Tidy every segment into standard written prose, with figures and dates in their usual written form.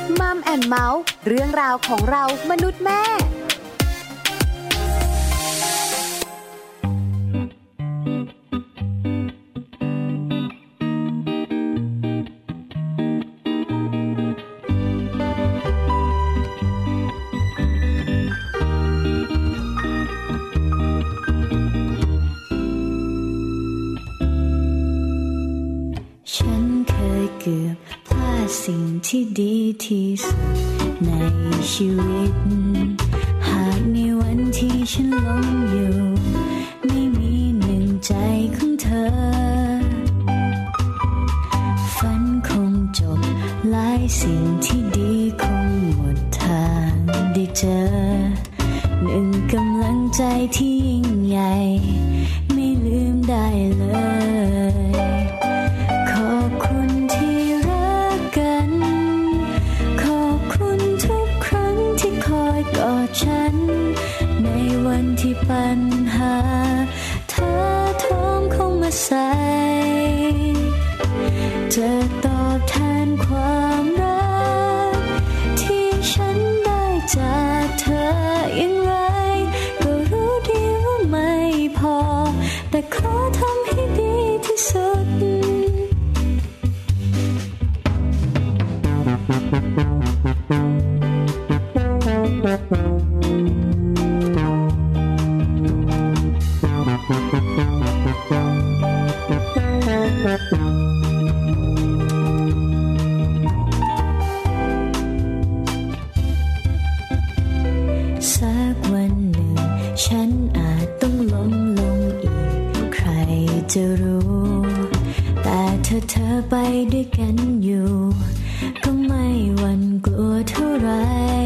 มัมแอนด์เมาส์เรื่องราวของเรามนุษย์แม่สิ่งที่ดีที่สุดในชีวิตหากในวันที่ฉันหลงอยู่ไม่มีหนึ่งใจของเธอฝันคงจบหลายสิ่งที่ดีคงหมดทางได้เจอหนึ่งกำลังใจที่ยิ่งใหญ่ไม่ลืมได้เลยขอบคุณที่กอดฉันในวันที่ปัญหาเธอท้องคงมาใส่จะตอบแทนความรักที่ฉันได้จากเธออย่างไรก็รู้ดีว่าไม่พอแต่ขอทำให้ดีที่สุดสักวันหนึ่งฉันอาจต้องล้มลงอีกใครจะรู้แต่เธอไปด้วยกันอยู่ก็ไม่หวั่นกลัวเท่าไร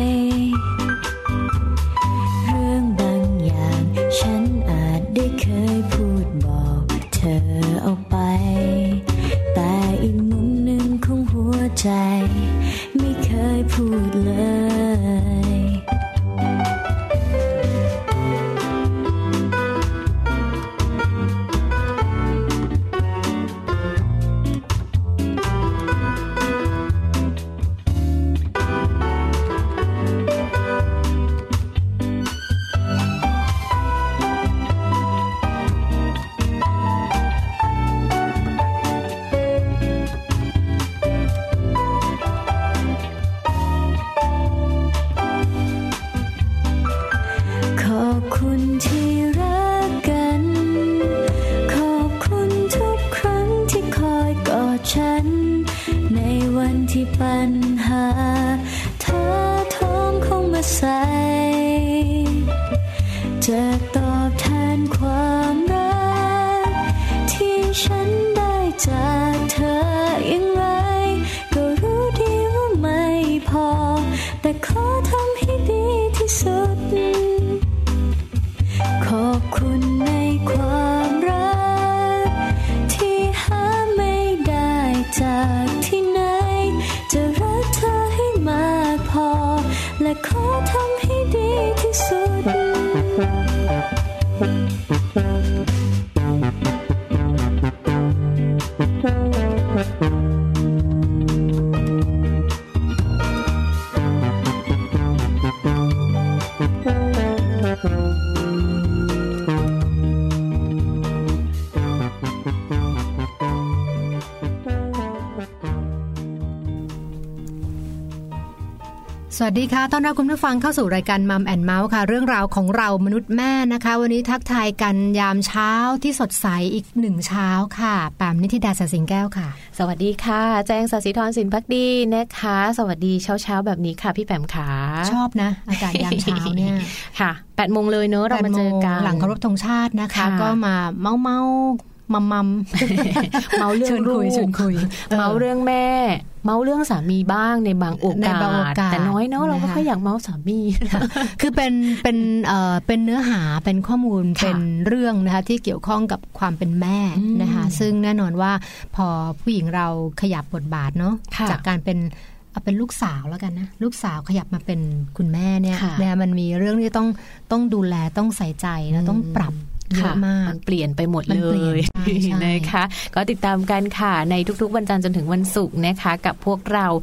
เรื่องบางอย่างฉันอาจได้เคยพูดบอกเธอเอาไปแต่อีกมุมหนึ่งของหัวใจไม่เคยพูดเลยปัญหาเธอท้องคงมาใส่จะตอบแทนความรักที่ฉันได้จากเธออย่างไรก็รู้ดีว่าไม่พอแต่ขอทำให้ดีที่สุดขอบคุณในความรักที่หาไม่ได้จากที่ไหนจะรักเธอให้มากพอและขอทำให้ดีที่สุดสวัสดีค่ะต้อนรับคุณผู้ฟังเข้าสู่รายการมัมแอนด์เมาส์ค่ะเรื่องราวของเรามนุษย์แม่นะคะวันนี้ทักทายกันยามเช้าที่สดใสอีกหนึ่งเช้าค่ะปามนิธิดา สิงแก้วค่ะสวัสดีค่ะแจงศศิธรสินภักดีนะคะสวัสดีเช้าแบบนี้ค่ะพี่แปมขาชอบนะอากาศยามเช้าเนี่ยค่ะ 8 โมงเลยเนอะเรามาเจอกันหลังเคารพธงชาตินะคะก็มาเมามัมเมาเรื่องลูกชวนคุยเมาเรื่องแม่เมาเรื่องสามีบ้างในบางโอกาสแต่น้อยเนาะเราก็ค่อยอยากเมาสามีคือเป็นเนื้อหาเป็นข้อมูลเป็นเรื่องนะคะที่เกี่ยวข้องกับความเป็นแม่นะคะซึ่งแน่นอนว่าพอผู้หญิงเราขยับบทบาทเนาะจากการเป็นลูกสาวแล้วกันนะลูกสาวขยับมาเป็นคุณแม่เนี่ยมันมีเรื่องที่ต้องดูแลต้องใส่ใจแล้วต้องปรับเยอะมากมันเปลี่ยนไปหมดเลยนะคะก็ติดตามกันค่ะในทุกๆวันจันทร์จนถึงวันศุกร์นะคะกับพวกเรา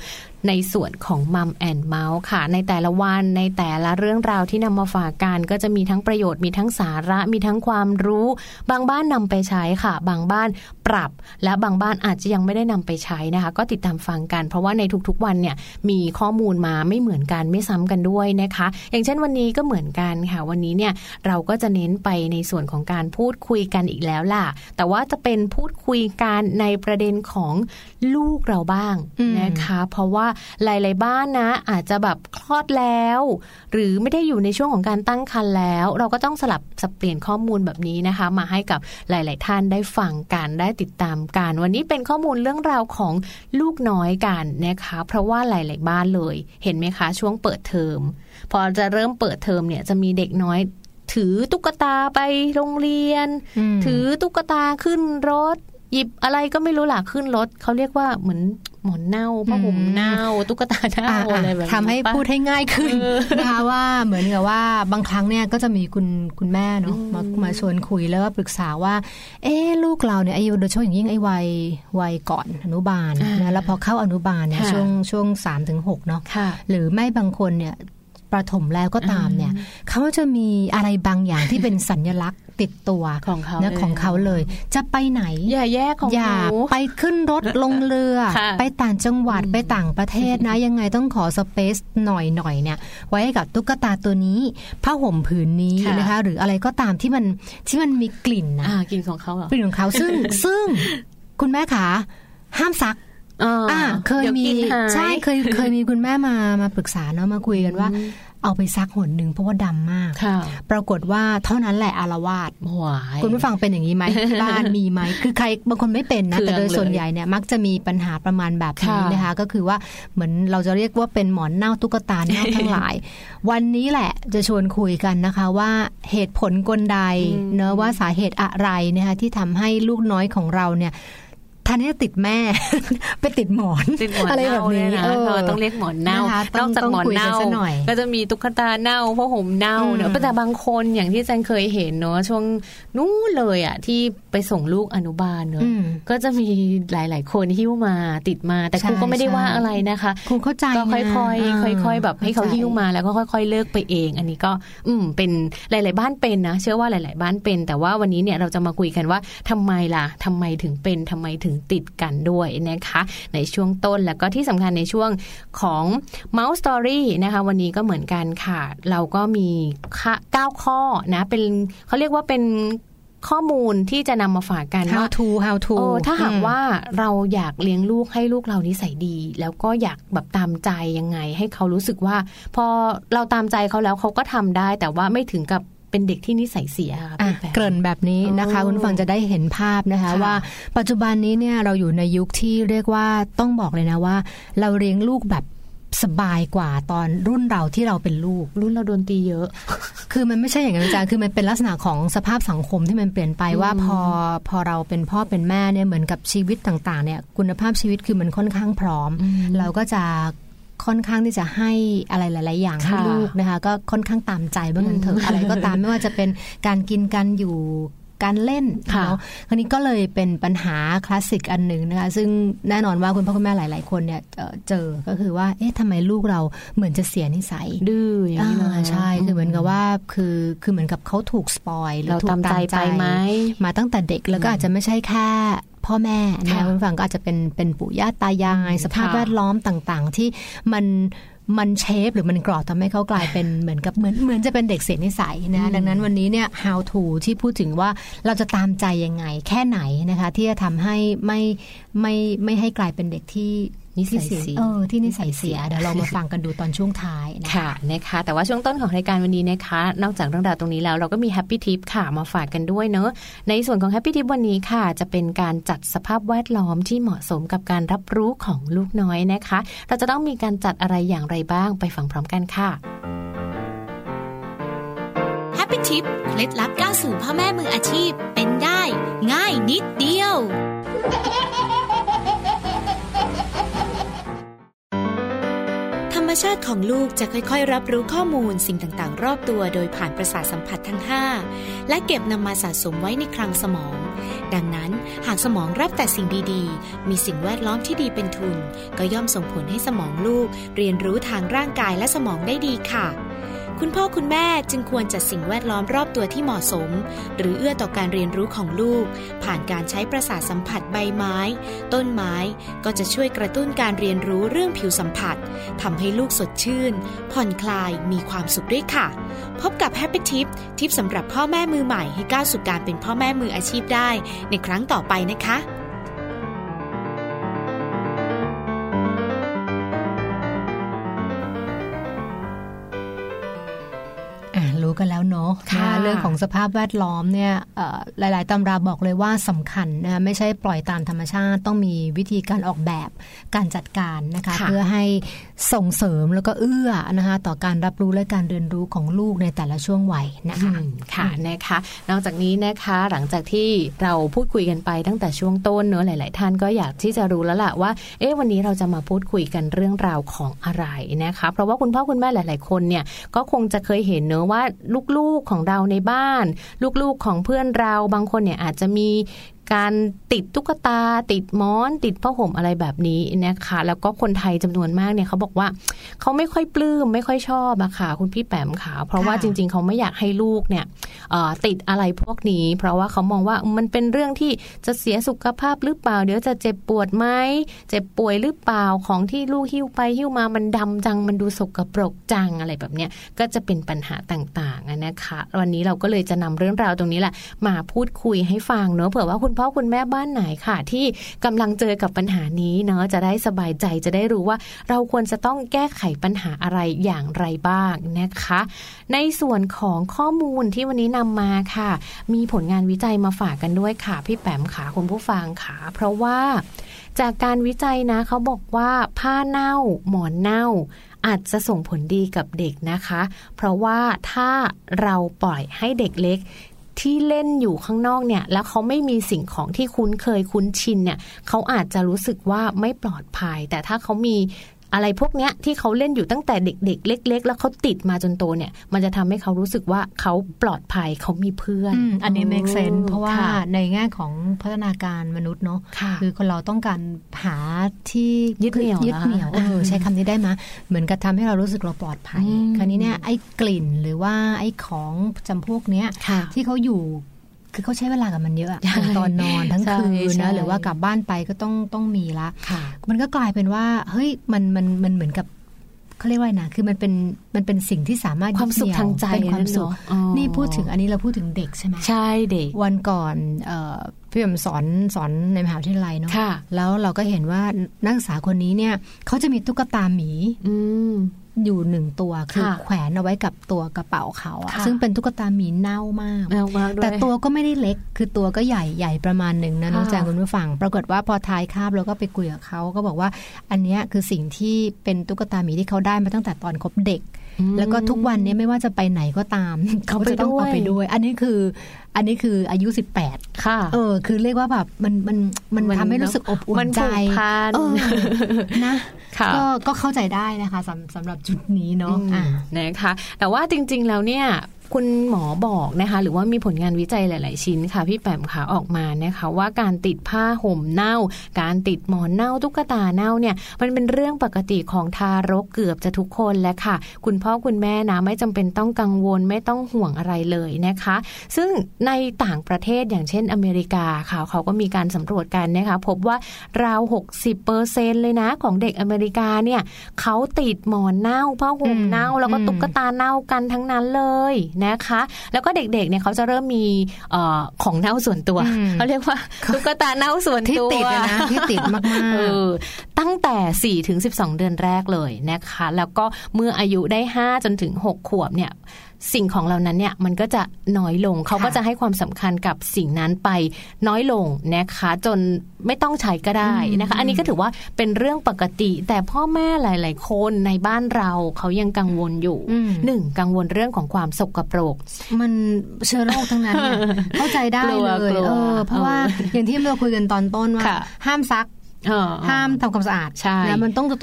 ในส่วนของมัมแอนด์เมาส์ค่ะในแต่ละวันในแต่ละเรื่องราวที่นำมาฝากกันก็จะมีทั้งประโยชน์มีทั้งสาระมีทั้งความรู้บางบ้านนำไปใช้ค่ะบางบ้านปรับและบางบ้านอาจจะยังไม่ได้นำไปใช้นะคะก็ติดตามฟังกันเพราะว่าในทุกๆวันเนี่ยมีข้อมูลมาไม่เหมือนกันไม่ซ้ำกันด้วยนะคะอย่างเช่นวันนี้ก็เหมือนกันค่ะวันนี้เนี่ยเราก็จะเน้นไปในส่วนของการพูดคุยกันอีกแล้วล่ะแต่ว่าจะเป็นพูดคุยกันในประเด็นของลูกเราบ้างนะคะเพราะว่าหลายๆบ้านนะอาจจะแบบคลอดแล้วหรือไม่ได้อยู่ในช่วงของการตั้งครรภ์แล้วเราก็ต้องสลับสับเปลี่ยนข้อมูลแบบนี้นะคะมาให้กับหลายๆท่านได้ฟังกันได้ติดตามกันวันนี้เป็นข้อมูลเรื่องราวของลูกน้อยกันนะคะเพราะว่าหลายๆบ้านเลยเห็นไหมคะช่วงเปิดเทอมพอจะเริ่มเปิดเทอมเนี่ยจะมีเด็กน้อยถือตุ๊กตาไปโรงเรียนถือตุ๊กตาขึ้นรถหยิบอะไรก็ไม่รู้ล่ะขึ้นรถเขาเรียกว่าเหมือนหมอนเน่าผ้าห่มเน่าตุ๊กตาเน่าอะไรแบบนี้ทำให้พูดให้ง่ายขึ้นนะคะว่าเหมือนกับว่าบางครั้งเนี่ยก็จะมีคุณแม่เนาะมาชวนคุยแล้วก็ปรึกษาว่าลูกเราเนี่ยอายุโดยเฉพาะอย่างยิ่งไอ้วัยก่อนอนุบาลนะแล้วพอเข้าอนุบาลเนี่ยช่วง 3-6 เนาะหรือไม่บางคนเนี่ยประถมแล้วก็ตามเนี่ยเขาจะมีอะไรบางอย่างที่เป็นสัญลักษณ์ติดตัวของเขาเลยจะไปไหนอย่าแยกของอย่าไปขึ้นรถลงเรือไปต่างจังหวัดไปต่างประเทศนะยังไงต้องขอสเปซหน่อยเนี่ยไว้ให้กับตุ๊กตาตัวนี้ผ้าห่มผืนนี้นะคะหรืออะไรก็ตามที่มันมีกลิ่นนะกลิ่นของเขาเหรอกลิ่นของเขาซึ่งคุณแม่ขาห้ามซักเคยมีใช่เคยมีคุณแม่มาปรึกษาเนาะมาคุยกันว่าเอาไปซักหนหนึ่งเพราะว่าดำมากปรากฏว่าเท่านั้นแหละอาละวาดคุณผู้ฟังเป็นอย่างนี้ไหม บ้านมีไหมคือใครบางคนไม่เป็นนะแต่โดยส่วนใหญ่เนี่ยมักจะมีปัญหาประมาณแบบนี้นะคะก็คือว่าเหมือนเราจะเรียกว่าเป็นหมอนเน่าตุ๊กตาเน่าทั้งหลายวันนี้แหละจะชวนคุยกันนะคะว่าเหตุผลกลใดเนอะว่าสาเหตุอะไรนะคะที่ทำให้ลูกน้อยของเราเนี่ยท่านนี้ติดแม่ไปติดหมอนอะไรแบบนี้ต้องเรียกหมอนเน่านอกจากหมอนเน่าก็จะมีตุ๊กตาเน่าผ้าห่มเน่าเนอะแต่บางคนอย่างที่จันเคยเห็นเนอะช่วงนู้นเลยอ่ะที่ไปส่งลูกอนุบาลเนอะก็จะมีหลายๆคนหิ้วมาติดมาแต่ครูก็ไม่ได้ว่าอะไรนะคะครูเข้าใจก็ค่อยๆแบบให้เขาหิ้วมาแล้วก็ค่อยๆเลิกไปเองอันนี้ก็เป็นหลายๆบ้านเป็นนะเชื่อว่าหลายๆบ้านเป็นแต่ว่าวันนี้เนี่ยเราจะมาคุยกันว่าทำไมถึงเป็นทำไมถึงติดกันด้วยนะคะในช่วงต้นแล้วก็ที่สำคัญในช่วงของ Mouse Story นะคะวันนี้ก็เหมือนกันค่ะเราก็มี9ข้อนะเป็นเขาเรียกว่าเป็นข้อมูลที่จะนำมาฝากกันว่า how to ถ้าหากว่าเราอยากเลี้ยงลูกให้ลูกเรานิสัยดีแล้วก็อยากแบบตามใจยังไงให้เขารู้สึกว่าพอเราตามใจเขาแล้วเขาก็ทำได้แต่ว่าไม่ถึงกับเป็นเด็กที่นิสัยเสียค่ะเกริ่นแบบนี้นะคะคุณฟังจะได้เห็นภาพนะคะว่าปัจจุบันนี้เนี่ยเราอยู่ในยุคที่เรียกว่าต้องบอกเลยนะว่าเราเลี้ยงลูกแบบสบายกว่าตอนรุ่นเราที่เราเป็นลูกรุ่นเราโดนตีเยอะคือมันไม่ใช่อย่างนั้นจ้ะคือมันเป็นลักษณะของสภาพสังคมที่มันเปลี่ยนไปว่าพอเราเป็นพ่อเป็นแม่เนี่ยเหมือนกับชีวิตต่างๆเนี่ยคุณภาพชีวิตคือมันค่อนข้างพร้อมเราก็จะค่อนข้างที่จะให้อะไรหลายๆอย่างให้ลูกนะคะก็ค่อนข้างตามใจบ้างกันเถอะอะไรก็ตามไม่ว่าจะเป็นการกินการอยู่การเล่นเนาะคราวนี้ก็เลยเป็นปัญหาคลาสสิกอันหนึ่งนะคะซึ่งแน่นอนว่าคุณพ่อคุณแม่หลายๆคนเนี่ยเจอก็คือว่าทำไมลูกเราเหมือนจะเสียนิสัยดื้ออย่างนี้เลยใช่คือเหมือนกับว่าคือเหมือนกับเขาถูกสปอยหรือถูกตามใจมาตั้งแต่เด็กแล้วก็อาจจะไม่ใช่แค่พ่อแม่นะคุณฟังก็อาจจะเป็นปู่ย่าตายายสภาพแวดล้อมต่างๆที่มันเชฟหรือมันกรอบทำให้เขากลายเป็นเหมือนจะเป็นเด็กเสียนิสัยนะดังนั้นวันนี้เนี่ย how to ที่พูดถึงว่าเราจะตามใจยังไงแค่ไหนนะคะที่จะทำให้ไม่ให้กลายเป็นเด็กที่นิสัยเสียที่นิสัยเสียเดี๋ยวเรามาฟังกันดูตอนช่วงท้ายนะคะแต่ว่าช่วงต้นของรายการวันนี้นะคะนอกจากเรื่องราวตรงนี้แล้วเราก็มี Happy Tip ค่ะมาฝากกันด้วยเนอะในส่วนของ Happy Tip วันนี้ค่ะจะเป็นการจัดสภาพแวดล้อมที่เหมาะสมกับการรับรู้ของลูกน้อยนะคะเราจะต้องมีการจัดอะไรอย่างไรบ้างไปฟังพร้อมกันค่ะ Happy Tip เคล็ดลับก้าวสู่พ่อแม่มืออาชีพเป็นได้ง่ายนิดเดียวทรมชาติของลูกจะค่อยๆรับรู้ข้อมูลสิ่งต่างๆรอบตัวโดยผ่านประสาทสัมผัสทั้ง5และเก็บนำมาสะสมไว้ในคลังสมองดังนั้นหากสมองรับแต่สิ่งดีๆมีสิ่งแวดล้อมที่ดีเป็นทุนก็ย่อมส่งผลให้สมองลูกเรียนรู้ทางร่างกายและสมองได้ดีค่ะคุณพ่อคุณแม่จึงควรจัดสิ่งแวดล้อมรอบตัวที่เหมาะสมหรือเอื้อต่อการเรียนรู้ของลูกผ่านการใช้ประสาทสัมผัสใบไม้ต้นไม้ก็จะช่วยกระตุ้นการเรียนรู้เรื่องผิวสัมผัสทำให้ลูกสดชื่นผ่อนคลายมีความสุขด้วยค่ะพบกับ Happy Tip ทิปสำหรับพ่อแม่มือใหม่ให้ก้าวสู่การเป็นพ่อแม่มืออาชีพได้ในครั้งต่อไปนะคะรู้กันแล้วเนาะเรื่องของสภาพแวดล้อมเนี่ยหลายๆตำราบอกเลยว่าสำคัญนะไม่ใช่ปล่อยตามธรรมชาติต้องมีวิธีการออกแบบการจัดการนะคะเพื่อให้ส่งเสริมแล้วก็เอื้อนะคะต่อการรับรู้และการเรียนรู้ของลูกในแต่ละช่วงวัยนะคะค่ะนะคะนอกจากนี้นะคะหลังจากที่เราพูดคุยกันไปตั้งแต่ช่วงต้นเนอะหลายๆท่านก็อยากที่จะรู้แล้วล่ะว่าวันนี้เราจะมาพูดคุยกันเรื่องราวของอะไรนะคะเพราะว่าคุณพ่อคุณแม่หลายๆคนเนี่ยก็คงจะเคยเห็นเนอะว่าลูกๆของเราในบ้านลูกๆของเพื่อนเราบางคนเนี่ยอาจจะมีการติดตุ๊กตาติดหมอนติดผ้าห่มอะไรแบบนี้นะคะแล้วก็คนไทยจำนวนมากเนี่ยเขาบอกว่าเขาไม่ค่อยปลื้มไม่ค่อยชอบอะค่ะคุณพี่แปมค่ะเพราะว่าจริงๆเขาไม่อยากให้ลูกเนี่ยติดอะไรพวกนี้เพราะว่าเขามองว่ามันเป็นเรื่องที่จะเสียสุขภาพหรือเปล่าเดี๋ยวจะเจ็บปวดไหมเจ็บป่วยหรือเปล่าของที่ลูกหิ้วไปหิ้วมามันดำจังมันดูสกปรกจังอะไรแบบเนี้ยก็จะเป็นปัญหาต่างๆนะคะวันนี้เราก็เลยจะนำเรื่องราวตรงนี้แหละมาพูดคุยให้ฟังเนอะเผื่อว่าคุณพ่อคุณแม่บ้านไหนค่ะที่กำลังเจอกับปัญหานี้เนาะจะได้สบายใจจะได้รู้ว่าเราควรจะต้องแก้ไขปัญหาอะไรอย่างไรบ้างนะคะในส่วนของข้อมูลที่วันนี้นำมาค่ะมีผลงานวิจัยมาฝากกันด้วยค่ะพี่แปมค่ะคุณผู้ฟังค่ะเพราะว่าจากการวิจัยนะเขาบอกว่าผ้าเน่าหมอนเน่าอาจจะส่งผลดีกับเด็กนะคะเพราะว่าถ้าเราปล่อยให้เด็กเล็กที่เล่นอยู่ข้างนอกเนี่ยแล้วเขาไม่มีสิ่งของที่คุ้นเคยคุ้นชินเนี่ยเขาอาจจะรู้สึกว่าไม่ปลอดภัยแต่ถ้าเขามีอะไรพวกเนี้ยที่เขาเล่นอยู่ตั้งแต่เด็กๆเล็กๆแล้วเขาติดมาจนโตเนี่ยมันจะทำให้เขารู้สึกว่าเขาปลอดภัยเขามีเพื่อนอันนี้ make sense เพราะว่าในแง่ของพัฒนาการมนุษย์เนาะคือคนเราต้องการหาที่ยึดเหนี่ยวใช้คำนี้ได้ไหมเหมือนกับทำให้เรารู้สึกเราปลอดภัยคราวนี้เนี่ยไอ้กลิ่นหรือว่าไอ้ของจำพวกเนี้ยที่เขาอยู่คือเขาใช้เวลากับมันเยอะตอนนอนทั้งคืนนะหรือว่ากลับบ้านไปก็ต้องมีละมันก็กลายเป็นว่าเฮ้ยมันเหมือนกับเขาเรียกว่านะคือมันเป็นสิ่งที่สามารถความสุขทางใจเป็นความสุขนี่พูดถึงอันนี้เราพูดถึงเด็กใช่ไหมใช่เด็กวันก่อนพี่ผมสอนในมหาวิทยาลัยเนาะแล้วเราก็เห็นว่านักศึกษาคนนี้เนี่ยเขาจะมีตุ๊กตาหมีอยู่1ตัวคือแขวนเอาไว้กับตัวกระเป๋าเขาซึ่งเป็นตุ๊กตาหมีเน่ามากแต่ตัวก็ไม่ได้เล็กคือตัวก็ใหญ่ประมาณหนึ่งนะน้องแจงคุณผู้ฟังปรากฏว่าพอทายคาบแล้วก็ไปคุยกับเขาก็บอกว่าอันนี้คือสิ่งที่เป็นตุ๊กตาหมีที่เขาได้มาตั้งแต่ตอนคบเด็กแล้วก็ทุกวันนี้ไม่ว่าจะไปไหนก็ตามเขาจะต้องเอาไปด้วยอันนี้คืออายุ18 ค่ะคือเรียกว่าแบบมันทำให้รู้สึกอบอุ่นใจนะก็เข้าใจได้นะคะสำหรับจุดนี้เนาะนะคะแต่ว่าจริงๆแล้วเนี่ยคุณหมอบอกนะคะหรือว่ามีผลงานวิจัยหลายๆชิ้นค่ะพี่แปมค่ะออกมานะคะว่าการติดผ้าห่มเน่าการติดหมอนเน่าตุ๊กตาเน่าเนี่ยมันเป็นเรื่องปกติของทารกเกือบจะทุกคนแล้วค่ะคุณพ่อคุณแม่นะไม่จำเป็นต้องกังวลไม่ต้องห่วงอะไรเลยนะคะซึ่งในต่างประเทศอย่างเช่นอเมริกาค่ะเขาก็มีการสำรวจกันนะคะพบว่าราว 60% เลยนะของเด็กอเมริกาเนี่ยเขาติดหมอนเน่าผ้าห่มเน่าแล้วก็ตุ๊กตาเน่ากันทั้งนั้นเลยนะคะแล้วก็เด็กๆเนี่ยเขาจะเริ่มมีของเน่าส่วนตัวเขาเรียกว่าตุ๊กตาเน่าส่วนตัวที่ติดนะที่ติดมากๆตั้งแต่ 4-12 เดือนแรกเลยนะคะแล้วก็เมื่ออายุได้5จนถึง6ขวบเนี่ยสิ่งของเหล่านั้นเนี่ยมันก็จะน้อยลงเขาก็จะให้ความสำคัญกับสิ่งนั้นไปน้อยลงนะคะจนไม่ต้องใช้ก็ได้นะคะอันนี้ก็ถือว่าเป็นเรื่องปกติแต่พ่อแม่หลายๆคนในบ้านเราเขายังกังวลอยู่1กังวลเรื่องของความสกปรกมันเชื้อโรคทั้งนั้นเนี่ยเข้าใจได้เลยเพราะว่าอย่างที่เราคุยกันตอนต้นว่าห้ามซักห้ามทำความสะอาดแล้วมันต้อง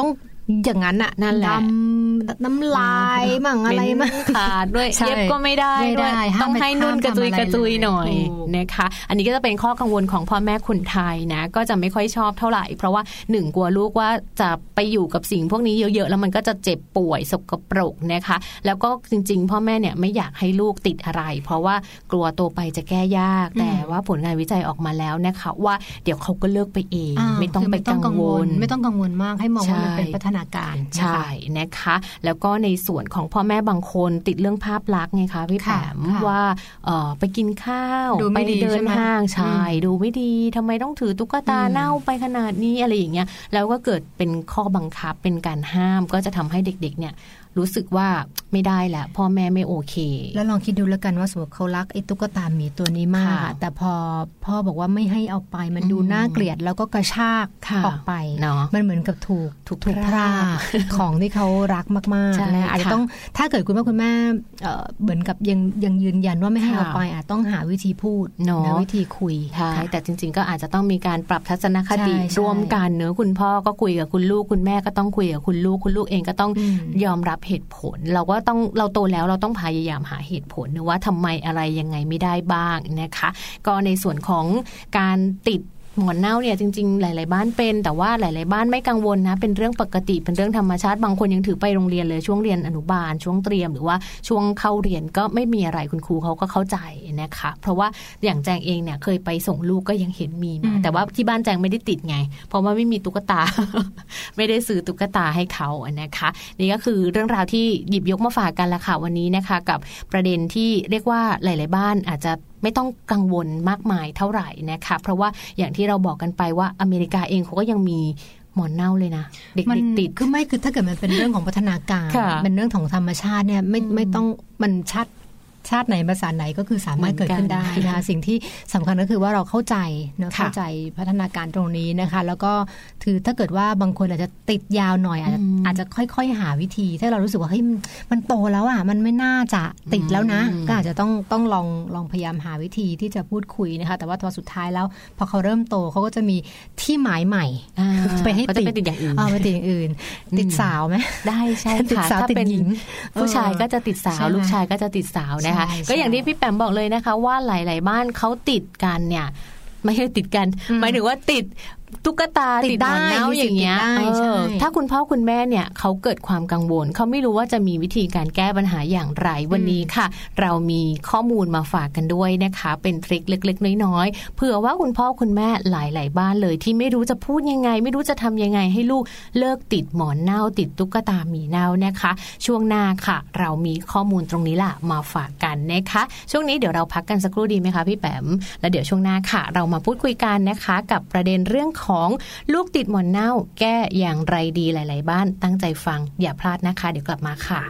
อย่างนั้นอะนั่นแหละน้ำลายมั่งอะไรมั่งขาดด้วยเย็บก็ไม่ได้ด้วยต้องให้นุ่นกระจุยหน่อยนะคะอันนี้ก็จะเป็นข้อกังวลของพ่อแม่คนไทยนะก็จะไม่ค่อยชอบเท่าไหร่เพราะว่า1กลัวลูกว่าจะไปอยู่กับสิ่งพวกนี้เยอะๆแล้วมันก็จะเจ็บป่วยสกปรกนะคะแล้วก็จริงๆพ่อแม่เนี่ยไม่อยากให้ลูกติดอะไรเพราะว่ากลัวโตไปจะแก้ยากแต่ว่าผลงานวิจัยออกมาแล้วนะคะว่าเดี๋ยวเขาก็เลิกไปเองไม่ต้องไปกังวลไม่ต้องกังวลมากให้มองว่ามันเป็นพัฒนาการใช่นะคะแล้วก็ในส่วนของพ่อแม่บางคนติดเรื่องภาพลักษณ์ไงคะพี่แปมว่าไปกินข้าวไปเดินห้างใช่ดูไม่ดีทำไมต้องถือตุ๊กตาเน่าไปขนาดนี้อะไรอย่างเงี้ยแล้วก็เกิดเป็นข้อบังคับเป็นการห้ามก็จะทำให้เด็กๆเนี่ยรู้สึกว่าไม่ได้แหละพ่อแม่ไม่โอเคแล้วลองคิดดูแล้วกันว่าสมมติเขารักไอ้ตุ๊กตาหมีตัวนี้มากแต่พอพ่อบอกว่าไม่ให้เอาไปมันดูน่าเกลียดแล้วก็กระชากออกไปมันเหมือนกับถูกพรากของที่เขารักมากๆนะอาจจะต้องถ้าเกิดคุณพ่อคุณแม่เหมือนกับยังยืนยันว่าไม่ให้เอาไปอาจต้องหาวิธีพูดนะวิธีคุยใช่แต่จริงๆก็อาจจะต้องมีการปรับทัศนคติร่วมกันเนอะคุณพ่อก็คุยกับคุณลูกคุณแม่ก็ต้องคุยกับคุณลูกเองก็ต้องยอมรับเหตุผลเราโตแล้วเราต้องพยายามหาเหตุผลนะว่าทำไมอะไรยังไงไม่ได้บ้างนะคะก็ในส่วนของการติดหมอนเน่าเนี่ยจริงๆหลายๆบ้านเป็นแต่ว่าหลายๆบ้านไม่กังวลนะเป็นเรื่องปกติเป็นเรื่องธรรมชาติบางคนยังถือไปโรงเรียนเลยช่วงเรียนอนุบาลช่วงเตรียมหรือว่าช่วงเข้าเรียนก็ไม่มีอะไรคุณครูเขาก็เข้าใจนะคะเพราะว่าอย่างแจงเองเนี่ยเคยไปส่งลูกก็ยังเห็นมีมาแต่ว่าที่บ้านแจงไม่ได้ติดไงเพราะว่าไม่มีตุ๊กตา ไม่ได้ซื้อตุ๊กตาให้เขานะคะนี่ก็คือเรื่องราวที่หยิบยกมาฝากกันละค่ะวันนี้นะคะกับประเด็นที่เรียกว่าหลายๆบ้านอาจจะไม่ต้องกังวลมากมายเท่าไหร่นะคะเพราะว่าอย่างที่เราบอกกันไปว่าอเมริกาเองเขาก็ยังมีหมอนเน่าเลยนะเด็กๆติดคือไม่คือถ้าเกิดมันเป็นเรื่องของพัฒนาการเป็นเรื่องของธรรมชาติเนี่ยไม่ต้องมันชาติไหนภาษาไหนก็คือสามารถเกิดขึ้นได้นะคะสิ่งที่สำคัญก็คือว่าเราเข้าใจนะเข้าใจพัฒนาการตรงนี้นะคะแล้วก็คือถ้าเกิดว่าบางคนอาจจะติดยาวหน่อยอาจจะค่อยๆหาวิธีถ้าเรารู้สึกว่าเฮ้ยมันโตแล้วอ่ะมันไม่น่าจะติดแล้วนะก็อาจจะต้องลองพยายามหาวิธีที่จะพูดคุยนะคะแต่ว่าพอสุดท้ายแล้วพอเขาเริ่มโตเขาก็จะมีที่หมายใหม่ไปให้ติดอย่างอื่นไปติดอย่างอื่นติดสาวไหมได้ใช่ติดสาวติดหญิงผู้ชายก็จะติดสาวลูกชายก็จะติดสาวก็อย่างที่พี่แปมบอกเลยนะคะว่าหลายๆบ้านเขาติดกันเนี่ยไม่ใช่ติดกันหมายถึงว่าติดตุ๊กตาติดหมอนเน่าอย่างเงี้ยถ้าคุณพ่อคุณแม่เนี่ยเขาเกิดความกังวลเขาไม่รู้ว่าจะมีวิธีการแก้ปัญหาอย่างไรวันนี้ค่ะเรามีข้อมูลมาฝากกันด้วยนะคะเป็นทริคเล็กๆน้อยๆเผื่อว่าคุณพ่อคุณแม่หลายๆบ้านเลยที่ไม่รู้จะพูดยังไงไม่รู้จะทำยังไงให้ลูกเลิกติดหมอนเน่าติดตุ๊กตาหมีเน่านะคะช่วงหน้าค่ะเรามีข้อมูลตรงนี้ล่ะมาฝากกันนะคะช่วงนี้เดี๋ยวเราพักกันสักครู่ดีไหมคะพี่แปมแล้วเดี๋ยวช่วงหน้าค่ะเรามาพูดคุยกันนะคะกับประเด็นเรื่องของลูกติดหมอนเน่าแก้อย่างไรดีหลายๆบ้านตั้งใจฟังอย่าพลาดนะคะเดี๋ยวกลับมาค่ะ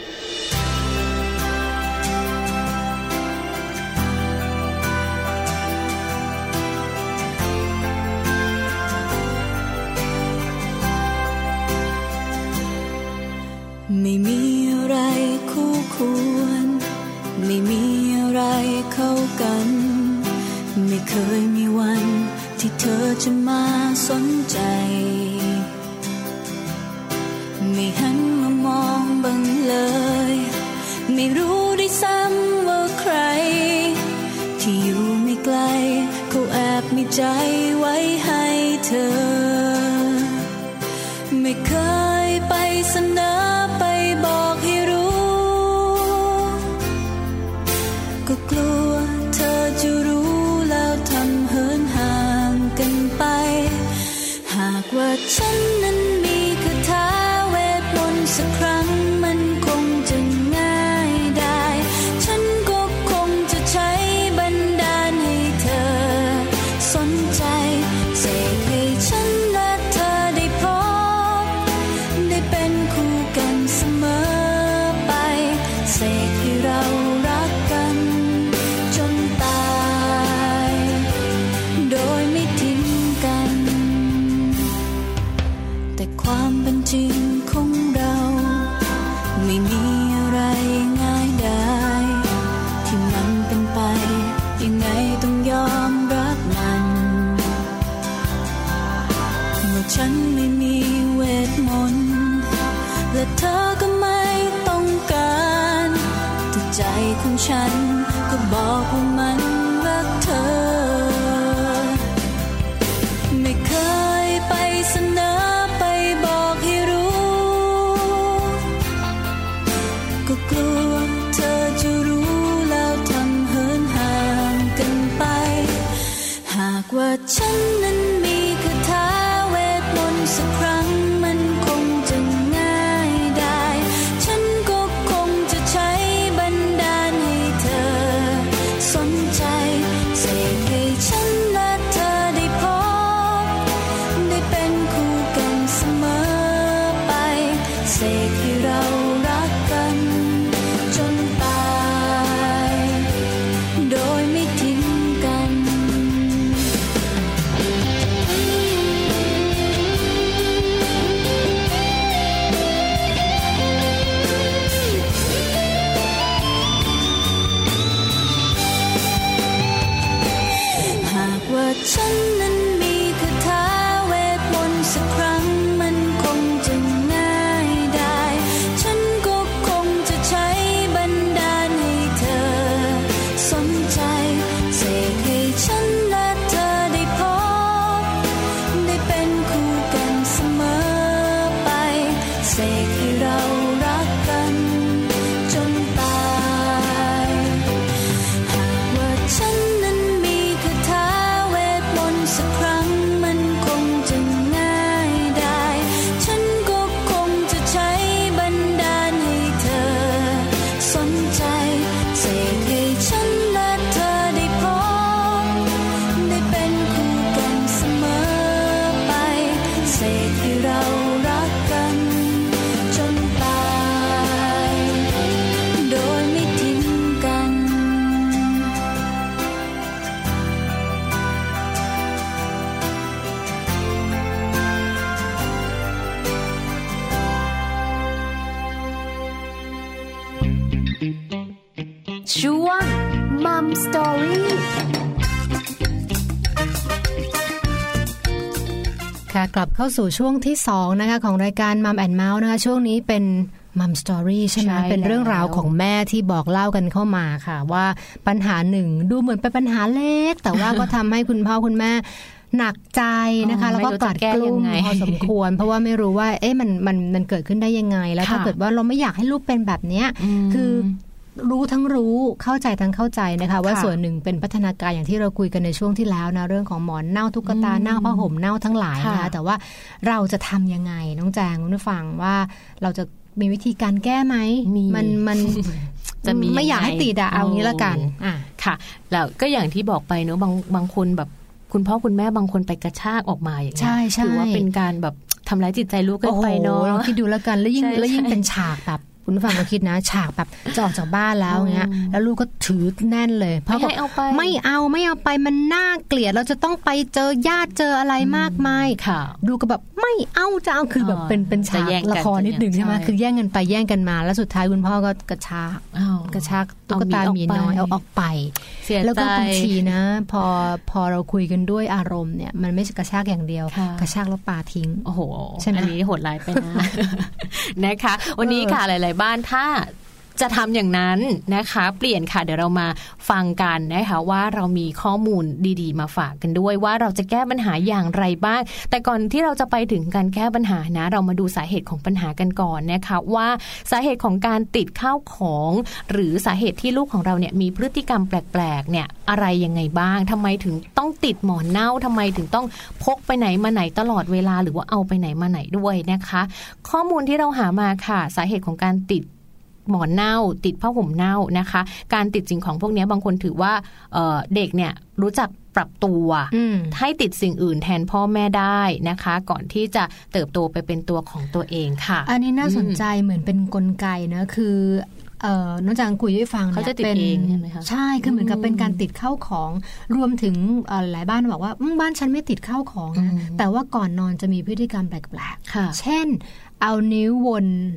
ไม่มีอะไรคู่ควรไม่มีอะไรเข้ากันไม่เคยมีวันที่เธอจะมาสนใจไม่หันมามองบ้างเลยไม่รู้ได้ซ้ำว่าใครที่อยู่ไม่ไกลเขาแอบมีใจไว้ให้เธอไม่เคยไปเสนอไปบอกให้รู้ก็กลัวเธอจะรู้แล้วทำเหินห่างกันไปหากว่าฉันนั้นมีคาถาเวทมนต์สักครั้งมันคงจะง่ายได้ฉันก็คงจะใช้บันดาลให้เธอสนใจเสกให้ฉันและเธอได้พบได้เป็นคู่กันเสมอไปเสกให้เรารักกันจนตายโดยไม่ทิ้งกันแต่ความเป็นจริงของเราไม่มีอะไรง่ายได้ที่มันเป็นไปยังไงต้องยอมรับมันว่าฉันไม่มีเวทมนต์และเธอก็ไม่ต้องการแต่ใจของฉันก็บอกว่ามันรักเธอไม่เคยไปเสนอไปบอกให้รู้ก็กลัวเธอจะรู้แล้วทำเหินห่างกันไปหากว่าฉันนั้นมีคาถาเวทมนต์สักครั้งมันคงจะง่ายได้ฉันก็คงจะใช้บันดาลให้เธอสนใจเสกให้ฉันและเธอได้พบได้เป็นคู่กันเสมอไปเสกให้เรารักกันจนตายโดยไม่ทิ้งกันหากว่าฉันนั้นมีคาถาเวทมนต์สักครั้งมันคงจะง่ายได้ฉันก็คงจะใช้บันดาลให้เธอสนใจเสกให้ฉันและเธอได้พบได้เป็นคู่กันเสมอไปเสกให้เรารักกันจนตายหากว่าฉันนั้นมีคาถาเวทมนต์สักครั้งมันคงจะง่ายได้ฉันก็คงจะใช้บันดาลให้เธอสนใจเสกให้ฉันและเธอได้พบได้เป็นคู่กันเสมอไปเสกให้เรารักกันจนตายโดยไม่ทิ้งกันช่วงมัมสตอรี่ค่ะกลับเข้าสู่ช่วงที่2นะคะของรายการมัมแอนด์เมาส์นะคะช่วงนี้เป็นมัมสตอรี่ใช่ไหมเป็นเรื่องราวของแม่ที่บอกเล่ากันเข้ามาค่ะว่าปัญหาหนึ่งดูเหมือนเป็นปัญหาเล็กแต่ว่าก็ทำให้คุณพ่อคุณแม่หนักใจนะคะแล้วก็กลัดกลุ้มพอสมควรเพราะว่าไม่รู้ว่ามันเกิดขึ้นได้ยังไงแล้วถ้าเกิดว่าเราไม่อยากให้ลูกเป็นแบบเนี้ยคือรู้ทั้งรู้เข้าใจทั้งเข้าใจนะคะว่าส่วนหนึ่งเป็นพัฒนาการอย่างที่เราคุยกันในช่วงที่แล้วนะเรื่องของหมอนเน่าตุ๊กตาเน่าผ้าห่มเน่าทั้งหลายนะคะแต่ว่าเราจะทำยังไงน้องแจงคุณผู้ฟังว่าเราจะมีวิธีการแก้ไหมมันจะมีไม่อยากให้ติดอะเอางี้ละกันค่ะแล้วก็อย่างที่บอกไปเนอะบางคนแบบคุณพ่อคุณแม่บางคนไปกระชากออกมาอย่างเงี้ยถือว่าเป็นการแบบทำร้ายจิตใจลูกเกินไปเนาะคิดดูแล้วกันแล้วยิ่งเป็นฉากแบบคุณผู้ฟังมาคิดนะฉากแบบจะออกจากบ้านแล้วเงี้ยแล้วลูกก็ถือแน่นเลยเพราะไม่เอาไปมันน่าเกลียดเราจะต้องไปเจอญาติเจออะไรมากมายดูก็แบบไม่เอาจะเอาคือแบบเป็นฉากละครนิดนึงใช่ไหมคือแย่งกันไปแย่งกันมาแล้วสุดท้ายคุณพ่อก็กระชากตุ๊กตาหมีน้อยเอาออกไปแล้วก็บางทีนะพอเราคุยกันด้วยอารมณ์เนี่ยมันไม่ใช่กระชากอย่างเดียวกระชากแล้วปาทิ้งโอ้โหใช่ไหมอันนี้โหดร้ายไปนะนะคะวันนี้ค่ะหลายบ้านถ้าจะทำอย่างนั้นนะคะเปลี่ยนค่ะเดี๋ยวเรามาฟังกันนะคะว่าเรามีข้อมูลดีๆมาฝากกันด้วยว่าเราจะแก้ปัญหาอย่างไรบ้างแต่ก่อนที่เราจะไปถึงการแก้ปัญหานะเรามาดูสาเหตุของปัญหากันก่อนนะคะว่าสาเหตุของการติดข้าวของหรือสาเหตุที่ลูกของเราเนี่ยมีพฤติกรรมแปลกๆเนี่ยอะไรยังไงบ้างทำไมถึงต้องติดหมอนเน่าทำไมถึงต้องพกไปไหนมาไหนตลอดเวลาหรือว่าเอาไปไหนมาไหนด้วยนะคะข้อมูลที่เราหามาค่ะสาเหตุของการติดหมอนเน่าติดผ้าห่มเน่านะคะการติดสิ่งของพวกนี้บางคนถือว่าเด็กเนี่ยรู้จักปรับตัวให้ติดสิ่งอื่นแทนพ่อแม่ได้นะคะก่อนที่จะเติบโตไปเป็นตัวของตัวเองค่ะอันนี้น่าสนใจเหมือนเป็นกลไกนะคือน้องจางคุยให้ฟังเนี่ยเป็นใช่คือเหมือนกับเป็นการติดเข้าของรวมถึงหลายบ้านบอกว่าบ้านฉันไม่ติดเข้าของนะแต่ว่าก่อนนอนจะมีพฤติกรรมแปลกๆเช่นเอานิ้ว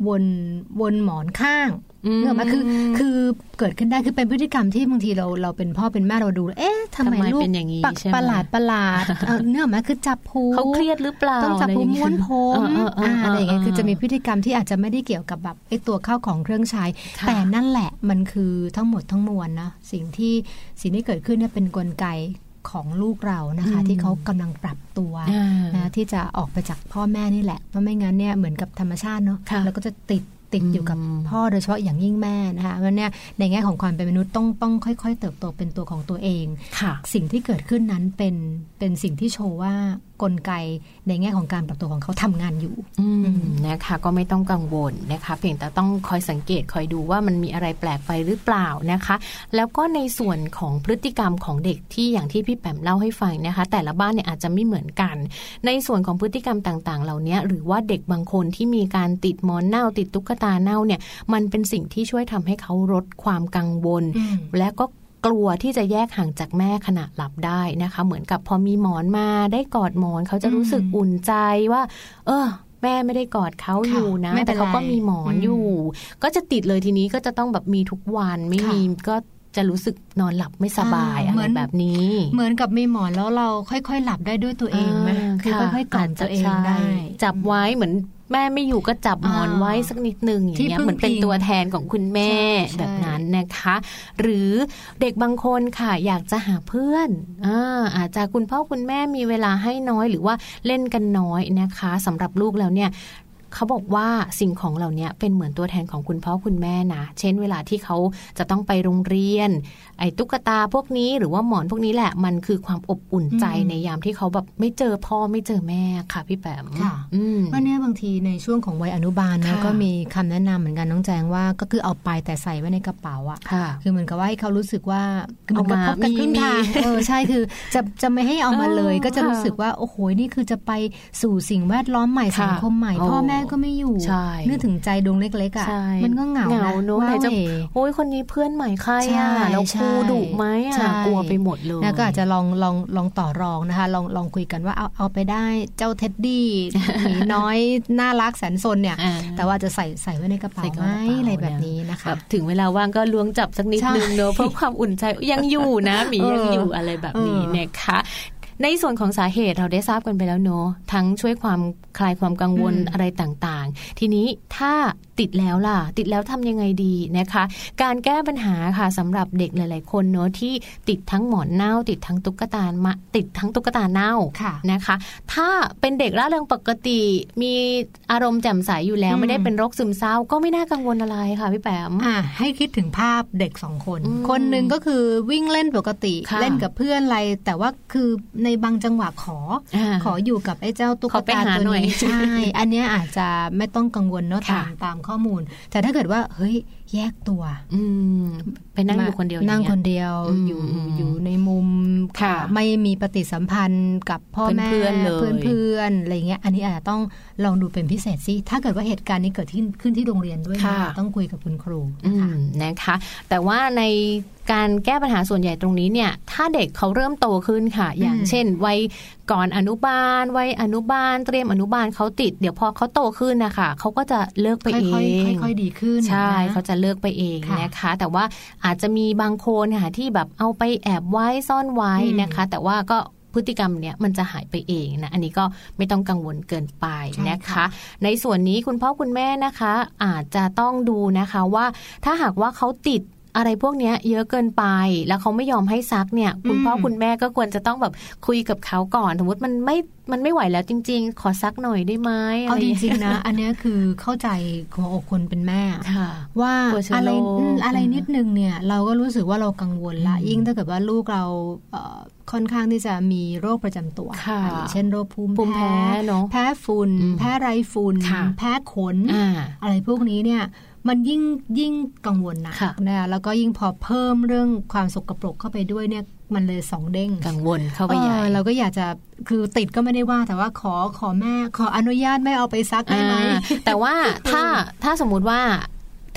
วนหมอนข้างเนื่องมาคือเกิดขึ้นได้คือเป็นพฤติกรรมที่บางทีเราเป็นพ่อเป็นแม่เราดูเอ๊ะทำไมลูกปักประหลาดเนื่องมาคือจับหูเขาเครียดหรือเปล่าต้องจับหูม้วนผมอะไรอย่างเงี้ยคือจะมีพฤติกรรมที่อาจจะไม่ได้เกี่ยวกับแบบไอ้ตัวข้าวของเครื่องใช้แต่นั่นแหละมันคือทั้งหมดทั้งมวลนะสิ่งที่เกิดขึ้นเนี่ยเป็นกลไกของลูกเรานะคะที่เขากำลังปรับตัวนะที่จะออกไปจากพ่อแม่นี่แหละเพราะไม่งั้นเนี่ยเหมือนกับธรรมชาติเนาะแล้วก็จะติดอยู่กับพ่อโดยเฉพาะอย่างยิ่งแม่นะคะเพราะเนี่ยในแง่ของความเป็นมนุษย์ต้องค่อยๆเติบโตเป็นตัวของตัวเองสิ่งที่เกิดขึ้นนั้นเป็นสิ่งที่โชว์ว่ากลไกในแง่ของการปรับตัวของเขาทำงานอยู่นะคะก็ไม่ต้องกังวลนะคะเพียงแต่ต้องคอยสังเกตคอยดูว่ามันมีอะไรแปลกไปหรือเปล่านะคะแล้วก็ในส่วนของพฤติกรรมของเด็กที่อย่างที่พี่แปมเล่าให้ฟังนะคะแต่ละบ้านเนี่ยอาจจะไม่เหมือนกันในส่วนของพฤติกรรมต่างๆเหล่านี้หรือว่าเด็กบางคนที่มีการติดหมอนเน่าติดตุ๊กตาเน่าเนี่ยมันเป็นสิ่งที่ช่วยทำให้เขาลดความกังวลและก็กลัวที่จะแยกห่างจากแม่ขณะหลับได้นะคะเหมือนกับพอมีหมอนมาได้กอดหมอนเขาจะรู้สึกอุ่นใจว่าแม่ไม่ได้กอดเขาอยู่นะแต่เขาก็มีหมอนอยู่ก็จะติดเลยทีนี้ก็จะต้องแบบมีทุกวันไม่มีก็จะรู้สึกนอนหลับไม่สบายอะไรแบบนี้เหมือนกับมีหมอนแล้วเราค่อยๆหลับได้ด้วยตัวเองไหมคือค่อยๆกล่อมตัวเองได้จับไว้เหมือนแม่ไม่อยู่ก็จับหมอนไว้สักนิดนึงอย่างเงี้ยเหมือนเป็นตัวแทนของคุณแม่แบบนั้นนะคะหรือเด็กบางคนค่ะอยากจะหาเพื่อนอาจจะคุณพ่อคุณแม่มีเวลาให้น้อยหรือว่าเล่นกันน้อยนะคะสำหรับลูกแล้วเนี่ยเขาบอกว่าสิ่งของเหล่านี้เป็นเหมือนตัวแทนของคุณพ่อคุณแม่นะเช่นเวลาที่เขาจะต้องไปโรงเรียนไอ้ตุ๊กตาพวกนี้หรือว่าหมอนพวกนี้แหละมันคือความอบอุ่นใจในยามที่เขาแบบไม่เจอพ่อไม่เจอแม่ค่ะพี่แปมค่ะว่าเนี่ยบางทีในช่วงของวัยอนุบาลนะก็มีคำแนะนำเหมือนกันน้องแจงว่าก็คือเอาไปแต่ใส่ไว้ในกระเป๋าอ่ะคือเหมือนกับว่าให้เขารู้สึกว่าเอามาพบกันครึ่งทางใช่คือจะไม่ให้เอามาเลยก็จะรู้สึกว่าโอ้โหนี่คือจะไปสู่สิ่งแวดล้อมใหม่สังคมใหม่พ่อแม่ก็ไม่อยู่นึกถึงใจดวงเล็กๆอ่ะมันก็เหงานะว่าโอ้ยคนนี้เพื่อนใหม่ใครอ่ะแล้วครูดุไหมอ่ะกลัวไปหมดเลยแล้วก็อาจจะลองต่อรองนะคะลองคุยกันว่าเอาไปได้เจ้าเท็ดดี้หมีน้อยน่ารักแสนซนเนี่ยแต่ว่าจะใส่ไว้ในกระเป๋าไหมอะไรแบบนี้นะคะถึงเวลาว่างก็ล้วงจับสักนิดนึงเนอะเพื่อความอุ่นใจยังอยู่นะหมียังอยู่อะไรแบบนี้นะคะในส่วนของสาเหตุเราได้ทราบกันไปแล้วเนอะทั้งช่วยความคลายความกังวลอะไรต่างๆทีนี้ถ้าติดแล้วล่ะติดแล้วทำยังไงดีนะคะการแก้ปัญหาค่ะสำหรับเด็กหลายๆคนเนอะที่ติดทั้งหมอนเน่าติดทั้งตุ๊กตาเน่านะคะถ้าเป็นเด็กร่าเริงปกติมีอารมณ์แจ่มใสอยู่แล้วไม่ได้เป็นโรคซึมเศร้าก็ไม่น่ากังวลอะไรค่ะพี่แปมให้คิดถึงภาพเด็ก2คนนึงก็คือวิ่งเล่นปกติเล่นกับเพื่อนอะไรแต่ว่าคือในบางจังหวะขออยู่กับไอ้เจ้าตุ๊กตาตัวนี้ใช่อันนี้อาจจะไม่ต้องกังวลเนาะตามข้อมูลแต่ถ้าเกิดว่าเฮ้ยแยกตัวไปนั่งอยู่คนเดียวนั่งคนเดียวอยู่ในมุมไม่มีปฏิสัมพันธ์กับพ่อแม่เพื่อนอะไรเงี้ยอันนี้อาจจะต้องลองดูเป็นพิเศษสิถ้าเกิดว่าเหตุการณ์นี้เกิดขึ้นที่โรงเรียนด้วยต้องคุยกับคุณครูนะคะแต่ว่าในการแก้ปัญหาส่วนใหญ่ตรงนี้เนี่ยถ้าเด็กเขาเริ่มโตขึ้นค่ะอย่างเช่นวัยก่อนอนุบาลวัยอนุบาลเตรียมอนุบาลเขาติดเดี๋ยวพอเขาโตขึ้นนะคะเขาก็จะเลิกไปเองค่อยๆดีขึ้นใช่เขาจะเลิกไปเองนะคะแต่ว่าอาจจะมีบางคนค่ะที่แบบเอาไปแอบไว้ซ่อนไว้นะคะแต่ว่าก็พฤติกรรมเนี่ยมันจะหายไปเองนะอันนี้ก็ไม่ต้องกังวลเกินไปนะคะในส่วนนี้คุณพ่อคุณแม่นะคะอาจจะต้องดูนะคะว่าถ้าหากว่าเขาติดอะไรพวกนี้เยอะเกินไปแล้วเขาไม่ยอมให้ซักเนี่ยคุณพ่อคุณแม่ก็ควรจะต้องแบบคุยกับเขาก่อนสมมติมันไม่ไหวแล้วจริงๆขอซักหน่อยได้ไหมเอาจริงๆนะอันนี้คือเข้าใจของอกคนเป็นแม่ว่าอะไรนิดนึงเนี่ยเราก็รู้สึกว่าเรากังวลละยิ่งถ้าเกิดว่าลูกเราค่อนข้างที่จะมีโรคประจำตัวเช่นโรคภูมิแพ้แพ้ฝุ่นแพ้ไรฝุ่นแพ้ขนอะไรพวกนี้เนี่ยมันยิ่งกังวลนะแล้วก็ยิ่งพอเพิ่มเรื่องความสกปรกเข้าไปด้วยเนี่ยมันเลย2เด้งกังวลเข้าไปใหญ่เราก็อยากจะคือติดก็ไม่ได้ว่าแต่ว่าขอแม่ขออนุญาตไม่เอาไปซักได้ไหมแต่ว่าถ้าสมมุติว่าติด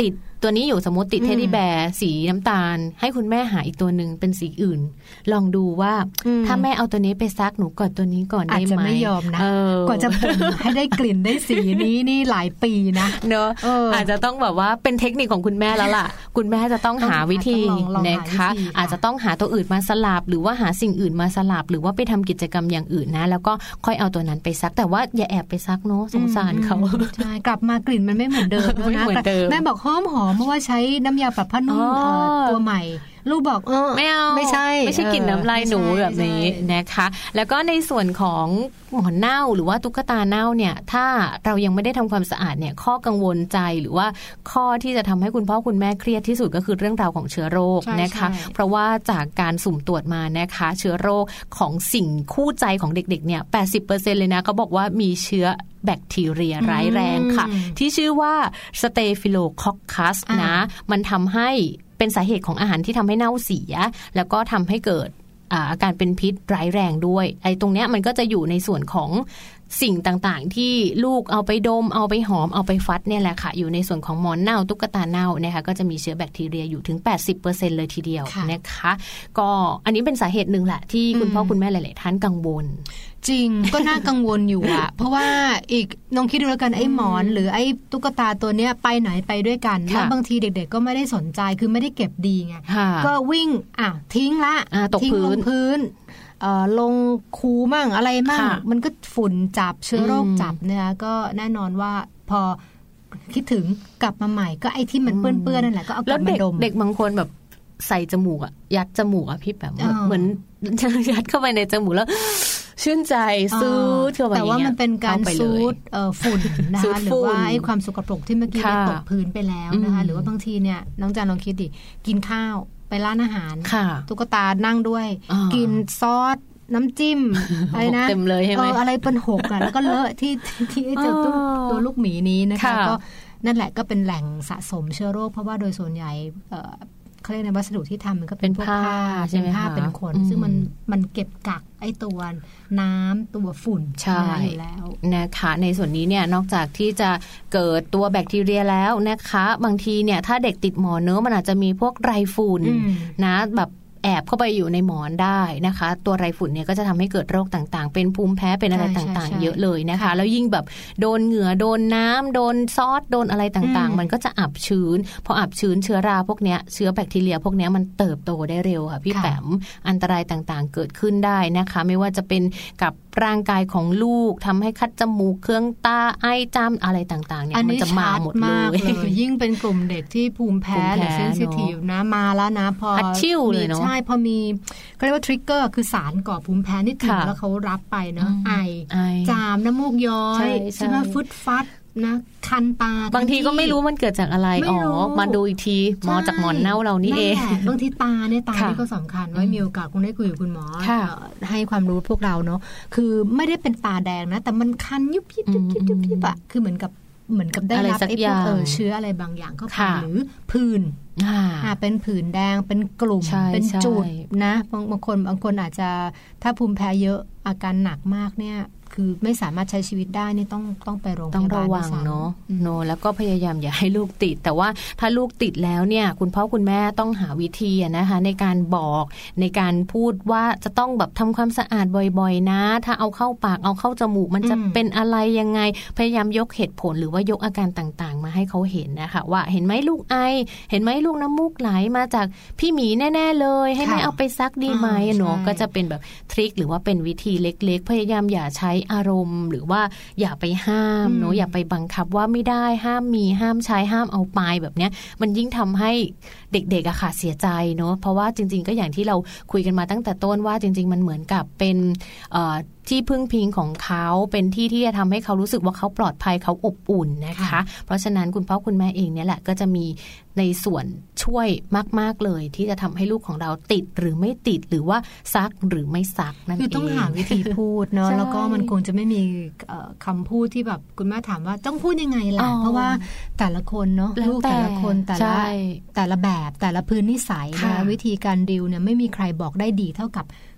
ตัวนี้อยู่สมมติติดเทดดี้แบร์สีน้ำตาลให้คุณแม่หาอีกตัวนึงเป็นสีอื่นลองดูว่าถ้าแม่เอาตัวนี้ไปซักหนูกอดตัวนี้ก่อนได้ไหมอาจจะไม่ยอมนะกว่าจะผลให้ได้กลิ่นได้สีนี้นี่หลายปีนะเนอะอาจจะต้องแบบว่าเป็นเทคนิคของคุณแม่แล้วล่ะคุณแม่จะต้องหาวิธีนะคะอาจจะต้องหาตัวอื่นมาสลับหรือว่าหาสิ่งอื่นมาสลับหรือว่าไปทำกิจกรรมอย่างอื่นนะแล้วก็ค่อยเอาตัวนั้นไปซักแต่ว่าอย่าแอบไปซักเนาะสงสารเขาใช่กลับมากลิ่นมันไม่เหมือนเดิมแล้วนะแม่บอกหอมเพราะว่าใช้น้ำยาปรับผ้านุ่มตัวใหม่ลูกบอกไม่เอาไม่ใช่กลิ่นน้ำลายหนูแบบนี้นะคะแล้วก็ในส่วนของหมอนเน่าหรือว่าตุ๊กตาเน่าเนี่ยถ้าเรายังไม่ได้ทำความสะอาดเนี่ยข้อกังวลใจหรือว่าข้อที่จะทำให้คุณพ่อคุณแม่เครียดที่สุดก็คือเรื่องราวของเชื้อโรคนะคะเพราะว่าจากการสุ่มตรวจมานะคะเชื้อโรคของสิ่งคู่ใจของเด็กๆเนี่ย 80% เลยนะเขาบอกว่ามีเชื้อแบคทีเรียร้ายแรงค่ะที่ชื่อว่าสเตฟิโลคอคคัสนะมันทำให้เป็นสาเหตุของอาหารที่ทำให้เน่าเสียแล้วก็ทำให้เกิดอาการเป็นพิษร้ายแรงด้วยไอ้ตรงเนี้ยมันก็จะอยู่ในส่วนของสิ่งต่างๆที่ลูกเอาไปดมเอาไปหอมเอาไปฟัดเนี่ยแหละค่ะอยู่ในส่วนของหมอนเน่าตุ๊กตาเน่านะคะก็จะมีเชื้อแบคทีเรียอยู่ถึง 80% เลยทีเดียวนะคะก็อันนี้เป็นสาเหตุหนึ่งแหละที่คุณพ่อคุณแม่หลายๆท่านกังวลจริงก็น่ากังวลอยู่อะเพราะว่าอีกน้องคิดดูแล้วกันไอ้หมอนหรือไอ้ตุ๊กตาตัวเนี้ยไปไหนไปด้วยกันแล้วบางทีเด็กๆก็ไม่ได้สนใจคือไม่ได้เก็บดีไงก็วิ่งทิ้งละทิ้งลงพื้นลงคูมั่งอะไรมั่งมันก็ฝุ่นจับเชื้อโรคจับเนี่ยก็แน่นอนว่าพอคิดถึงกลับมาใหม่ก็ไอ้ที่มันเปื้อนๆนั่นแหละก็เอากลับมาดมเด็กบางคนแบบใส่จมูกยัดจมูกพี่แบบเหมือนยัดเข้าไปในจมูกแล้วชื่นใจซูดเข้าไปแต่ว่ามันเป็นการซูดฝุ่นนะคะหรือว่าไอ้ความสกปรกที่เมื่อกี้ได้ตกพื้นไปแล้วนะคะหรือว่าบางทีเนี่ยน้องจานลองคิดดิกินข้าวไปร้านอาหารตุ๊กตานั่งด้วยกินซอสน้ำจิ้มอะไรนะเต็มเลยใช่ไหมอะไรเป็นหกอ่ะแล้วก็เลอะที่เจอตัวลูกหมีนี้นะคะก็นั่นแหละก็เป็นแหล่งสะสมเชื้อโรคเพราะว่าโดยส่วนใหญ่เขาเรียกในวัสดุที่ทำมันก็เป็นพวกผ้าใช่ไหมผ้าเป็นขนซึ่งมันเก็บกักไอ้ตัวน้ำตัวฝุ่นอยู่แล้วนะคะในส่วนนี้เนี่ยนอกจากที่จะเกิดตัวแบคทีเรียแล้วนะคะบางทีเนี่ยถ้าเด็กติดหมอนเนื้อมันอาจจะมีพวกไรฝุ่นนะแบบแอบเข้าไปอยู่ในหมอนได้นะคะตัวไรฝุ่นเนี่ยก็จะทำให้เกิดโรคต่างๆเป็นภูมิแพ้เป็นอะไรต่างๆเยอะเลยนะคะแล้วยิ่งแบบโดนเหงื่อโดนน้ำโดนซอสโดนอะไรต่างๆมันก็จะอับชื้นพออับชื้นเชื้อราพวกเนี้ยเชื้อแบคทีเรียพวกเนี้ยมันเติบโตได้เร็วค่ะพี่แปมอันตรายต่างๆเกิดขึ้นได้นะคะไม่ว่าจะเป็นกับร่างกายของลูกทำให้คัดจมูกเครื่องตาไอจามอะไรต่างๆเนี่ยมันจะมาหมดเลยยิ่งเป็นกลุ่มเด็กที่ภูมิแพ้หรือเซนซิทีฟนะมาแล้วนะพอชิ่วเลยเนาะพอมีเขาเรียกว่าทริกเกอร์คือสารก่อภูมิแพ้นิดหนึ่งแล้วเขารับไปเนาะไอจามน้ำมูกย้อยใช่ไหมฟึดฟัดนะคันตาบางทีก็ไม่รู้มันเกิดจากอะไรมาดูอีกทีหมอจากหมอนเน่าเรานี่เองบางทีตาเนี่ยนี่ก็สำคัญไว้มีโอกาสคงได้คุยกับคุณหมอให้ความรู้พวกเราเนาะคือไม่ได้เป็นตาแดงนะแต่มันคันยุบยิบอะคือเหมือนกับได้รับไอ้พวกเชื้ออะไรบางอย่างเข้าไปหรือผื่นเป็นผื่นแดงเป็นกลุ่มเป็นจุดนะบางคนอาจจะถ้าภูมิแพ้เยอะอาการหนักมากเนี่ยคือไม่สามารถใช้ชีวิตได้นี่ต้องไปโรงพยาบาลต้องระวังเนาะแล้วก็พยายามอย่าให้ลูกติดแต่ว่าถ้าลูกติดแล้วเนี่ยคุณพ่อคุณแม่ต้องหาวิธีนะคะในการบอกในการพูดว่าจะต้องแบบทำความสะอาดบ่อยๆนะถ้าเอาเข้าปากเอาเข้าจมูกมันจะเป็นอะไรยังไงพยายามยกเหตุผลหรือว่ายกอาการต่างๆมาให้เขาเห็นนะคะว่าเห็นไหมลูกไอเห็นไหมลูกน้ำมูกไหลมาจากพี่หมีแน่ๆเลยให้แม่เอาไปซักดีไหมเนาะก็จะเป็นแบบทริคหรือว่าเป็นวิธีเล็กๆพยายามอย่าใช้อารมณ์หรือว่าอย่าไปห้ามเนาะอย่าไปบังคับว่าไม่ได้ห้ามมีห้ามใช้ห้ามเอาไปแบบเนี้ยมันยิ่งทำให้เด็กๆอะค่ะเสียใจเนาะเพราะว่าจริงๆก็อย่างที่เราคุยกันมาตั้งแต่ต้นว่าจริงๆมันเหมือนกับเป็นที่พึ่งพิงของเขาเป็นที่ที่จะทำให้เขารู้สึกว่าเขาปลอดภัยเขาอบอุ่นนะคะเพราะฉะนั้นคุณพ่อคุณแม่เองเนี่ยแหละก็จะมีในส่วนช่วยมากๆเลยที่จะทำให้ลูกของเราติดหรือไม่ติดหรือว่าซักหรือไม่ซักนั่นเองคือต้องหาวิธีพูดเนาะแล้วก็มันคงจะไม่มีคำพูดที่แบบคุณแม่ถามว่าต้องพูดยังไงล่ะเพราะว่าแต่ละคนเนาะลูกแต่ละคนแต่ละแบบแต่ละพื้นนิสัยนะวิธีการดิวเนี่ยไม่มีใครบอกได้ดีเท่ากับ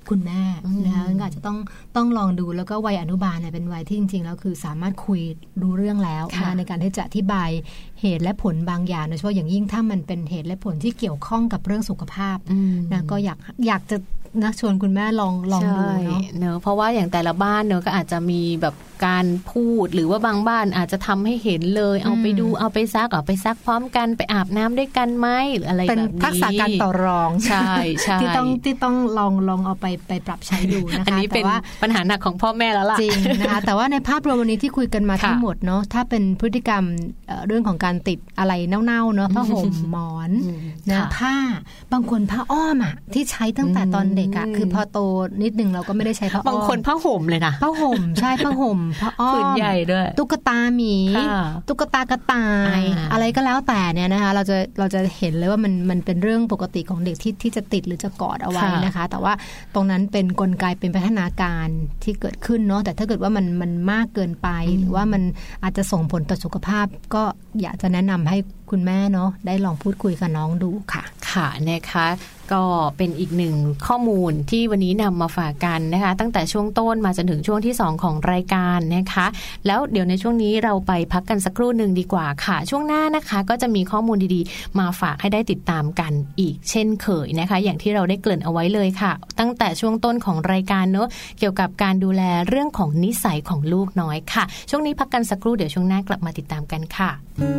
คุณแม่นะคะอาจจะต้องลองดูแล้วก็วัยอนุบาลเนี่ยเป็นวัยที่จริงๆแล้วคือสามารถคุยรู้เรื่องแล้วนะในการที่จะอธิบายเหตุและผลบางอย่างโดยเฉพาะอย่างยิ่งถ้ามันเป็นเหตุและผลที่เกี่ยวข้องกับเรื่องสุขภาพนะก็อยากจะนะชวนคุณแม่ลองดูเนอะเพราะว่าอย่างแต่ละบ้านเนอะก็อาจจะมีแบบการพูดหรือว่าบางบ้านอาจจะทำให้เห็นเลยเอาไปดูเอาไปซักพร้อมกันไปอาบน้ำด้วยกันไหมหรืออะไรแบบนี้เป็นทักษะการต่อรองใช่ที่ต้องลองเอาไปปรับใช้ดูนะคะอันนี้เป็นปัญหาหนักของพ่อแม่แล้วล่ะจริงนะคะแต่ว่าในภาพรวมวันนี้ที่คุยกันมาทั้งหมดเนาะถ้าเป็นพฤติกรรมเรื่องของการติดอะไรเน่าๆเนาะผ้าห่มหมอนนะผ้าบางคนผ้าอ้อมอ่ะที่ใช้ตั้งแต่ตอนเด็กอ่ะคือพอโตนิดนึงเราก็ไม่ได้ใช้ผ้าอ้อมบางคนผ้าห่มเลยนะผ้าห่มใช่ผ้าห่มผ้าอ้อมผืนใหญ่ด้วยตุ๊กตาหมีตุ๊กตากระต่ายอะไรก็แล้วแต่เนี่ยนะคะเราจะเห็นเลยว่ามันเป็นเรื่องปกติของเด็กที่จะติดหรือจะกอดเอาไว้นะคะแต่ว่าตรงนั้นเป็นกลไกเป็นพัฒนาการที่เกิดขึ้นเนาะแต่ถ้าเกิดว่ามันมากเกินไปหรือว่ามันอาจจะส่งผลต่อสุขภาพก็อยากจะแนะนำให้คุณแม่เนาะได้ลองพูดคุยกับน้องดูค่ะค่ะนะคะก็เป็นอีกหนึ่งข้อมูลที่วันนี้นำมาฝากกันนะคะตั้งแต่ช่วงต้นมาจนถึงช่วงที่2ของรายการนะคะแล้วเดี๋ยวในช่วงนี้เราไปพักกันสักครู่นึงดีกว่าค่ะช่วงหน้านะคะก็จะมีข้อมูลดีๆมาฝากให้ได้ติดตามกันอีกเช่นเคยนะคะอย่างที่เราได้เกริ่นเอาไว้เลยค่ะตั้งแต่ช่วงต้นของรายการเนอะเกี่ยวกับการดูแลเรื่องของนิสัยของลูกน้อยค่ะช่วงนี้พักกันสักครู่เดี๋ยวช่วงหน้ากลับมาติดตามกันค่ะ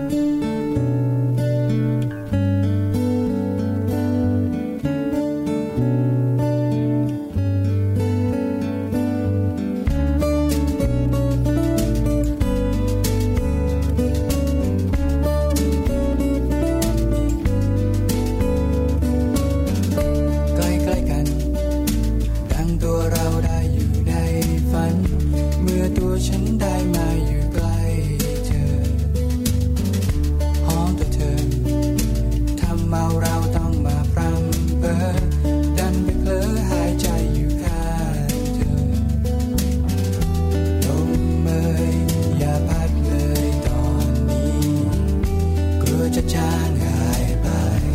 ฉันได้มาอยู่ใกล้เธอหอมตัวเธอทำเอาเราต้องมาพรำเพ้อดันไปเผลอหายใจอยู่ข้างเธอลมเอ่ยอย่าพัดเลยตอนนี้กลัวจะจางหายไป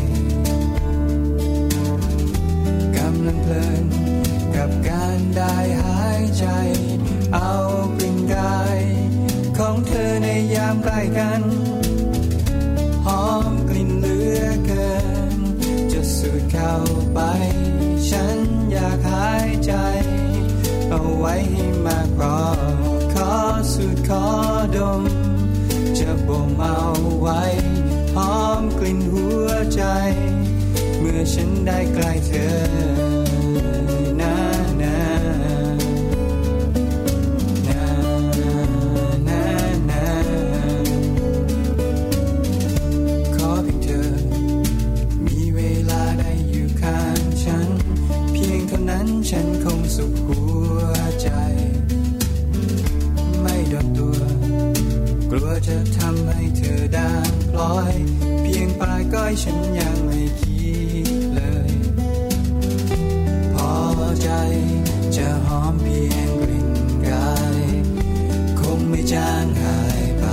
กำลังเพลินกับการได้หายใจเอากลิ่นกายของเธอในยามใกล้กันหอมกลิ่นเหลือเกินจะสูดเข้าไปฉันอยากหายใจเอาไว้ให้มากพอขอสูดขอดมจะบ่มเอาไว้หอมกลิ่นหัวใจเมื่อฉันได้ใกล้เธอฉันคงสุขหัวใจไม่โดนตัวกลัวจะทำให้เธอด่างพลอยเพียงปลายก้อยฉันยังไม่คิดเลยพอใจจะหอมเพียงกลิ่นกายคงไม่จางหายไป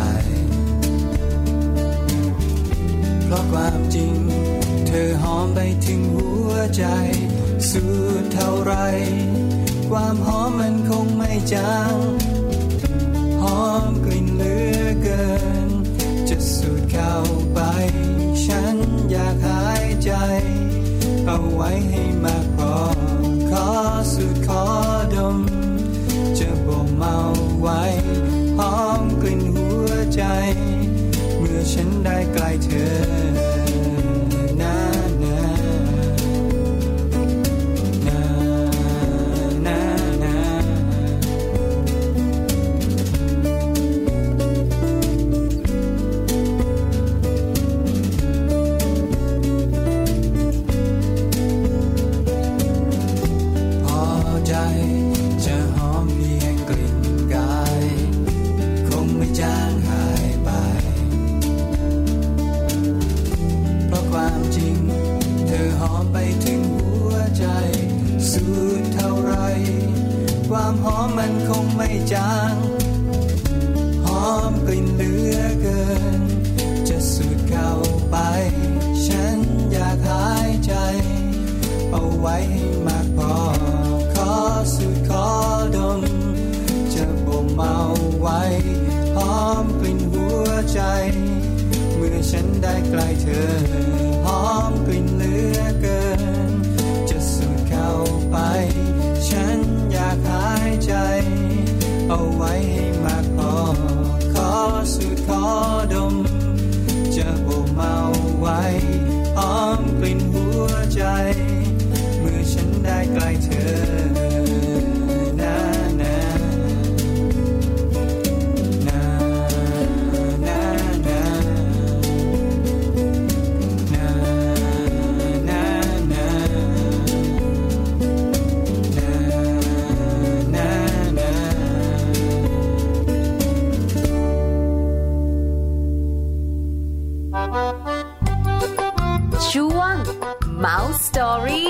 เพราะความจริงเธอหอมไปถึงหัวใจสูดเท่าไรความหอมมันคงไม่จางหอมกลิ่นเหลือเกินจะสูดเข้าไปฉันอยากหายใจเอาไว้ให้มากพอขอสูดขอดมจะบ่มเอาไว้หอมกลิ่นหัวใจเมื่อฉันได้ใกล้เธอความหอมมันคงไม่จางหอมกลิ่นเหลือเกินจะสูดเข้าไปฉันอยากหายใจเอาไว้ให้มากพอขฉันได้ใกล้เธอหอมกลิ่นเหลือเกินจะสูดเข้าไปฉันอยากหายใจเอาไว้ให้มากพอขอสูดขอดมจะโอบเมาไว้หอมกลิ่นหัวใจเมื่อฉันได้ใกล้เธอช่วง Mouse Story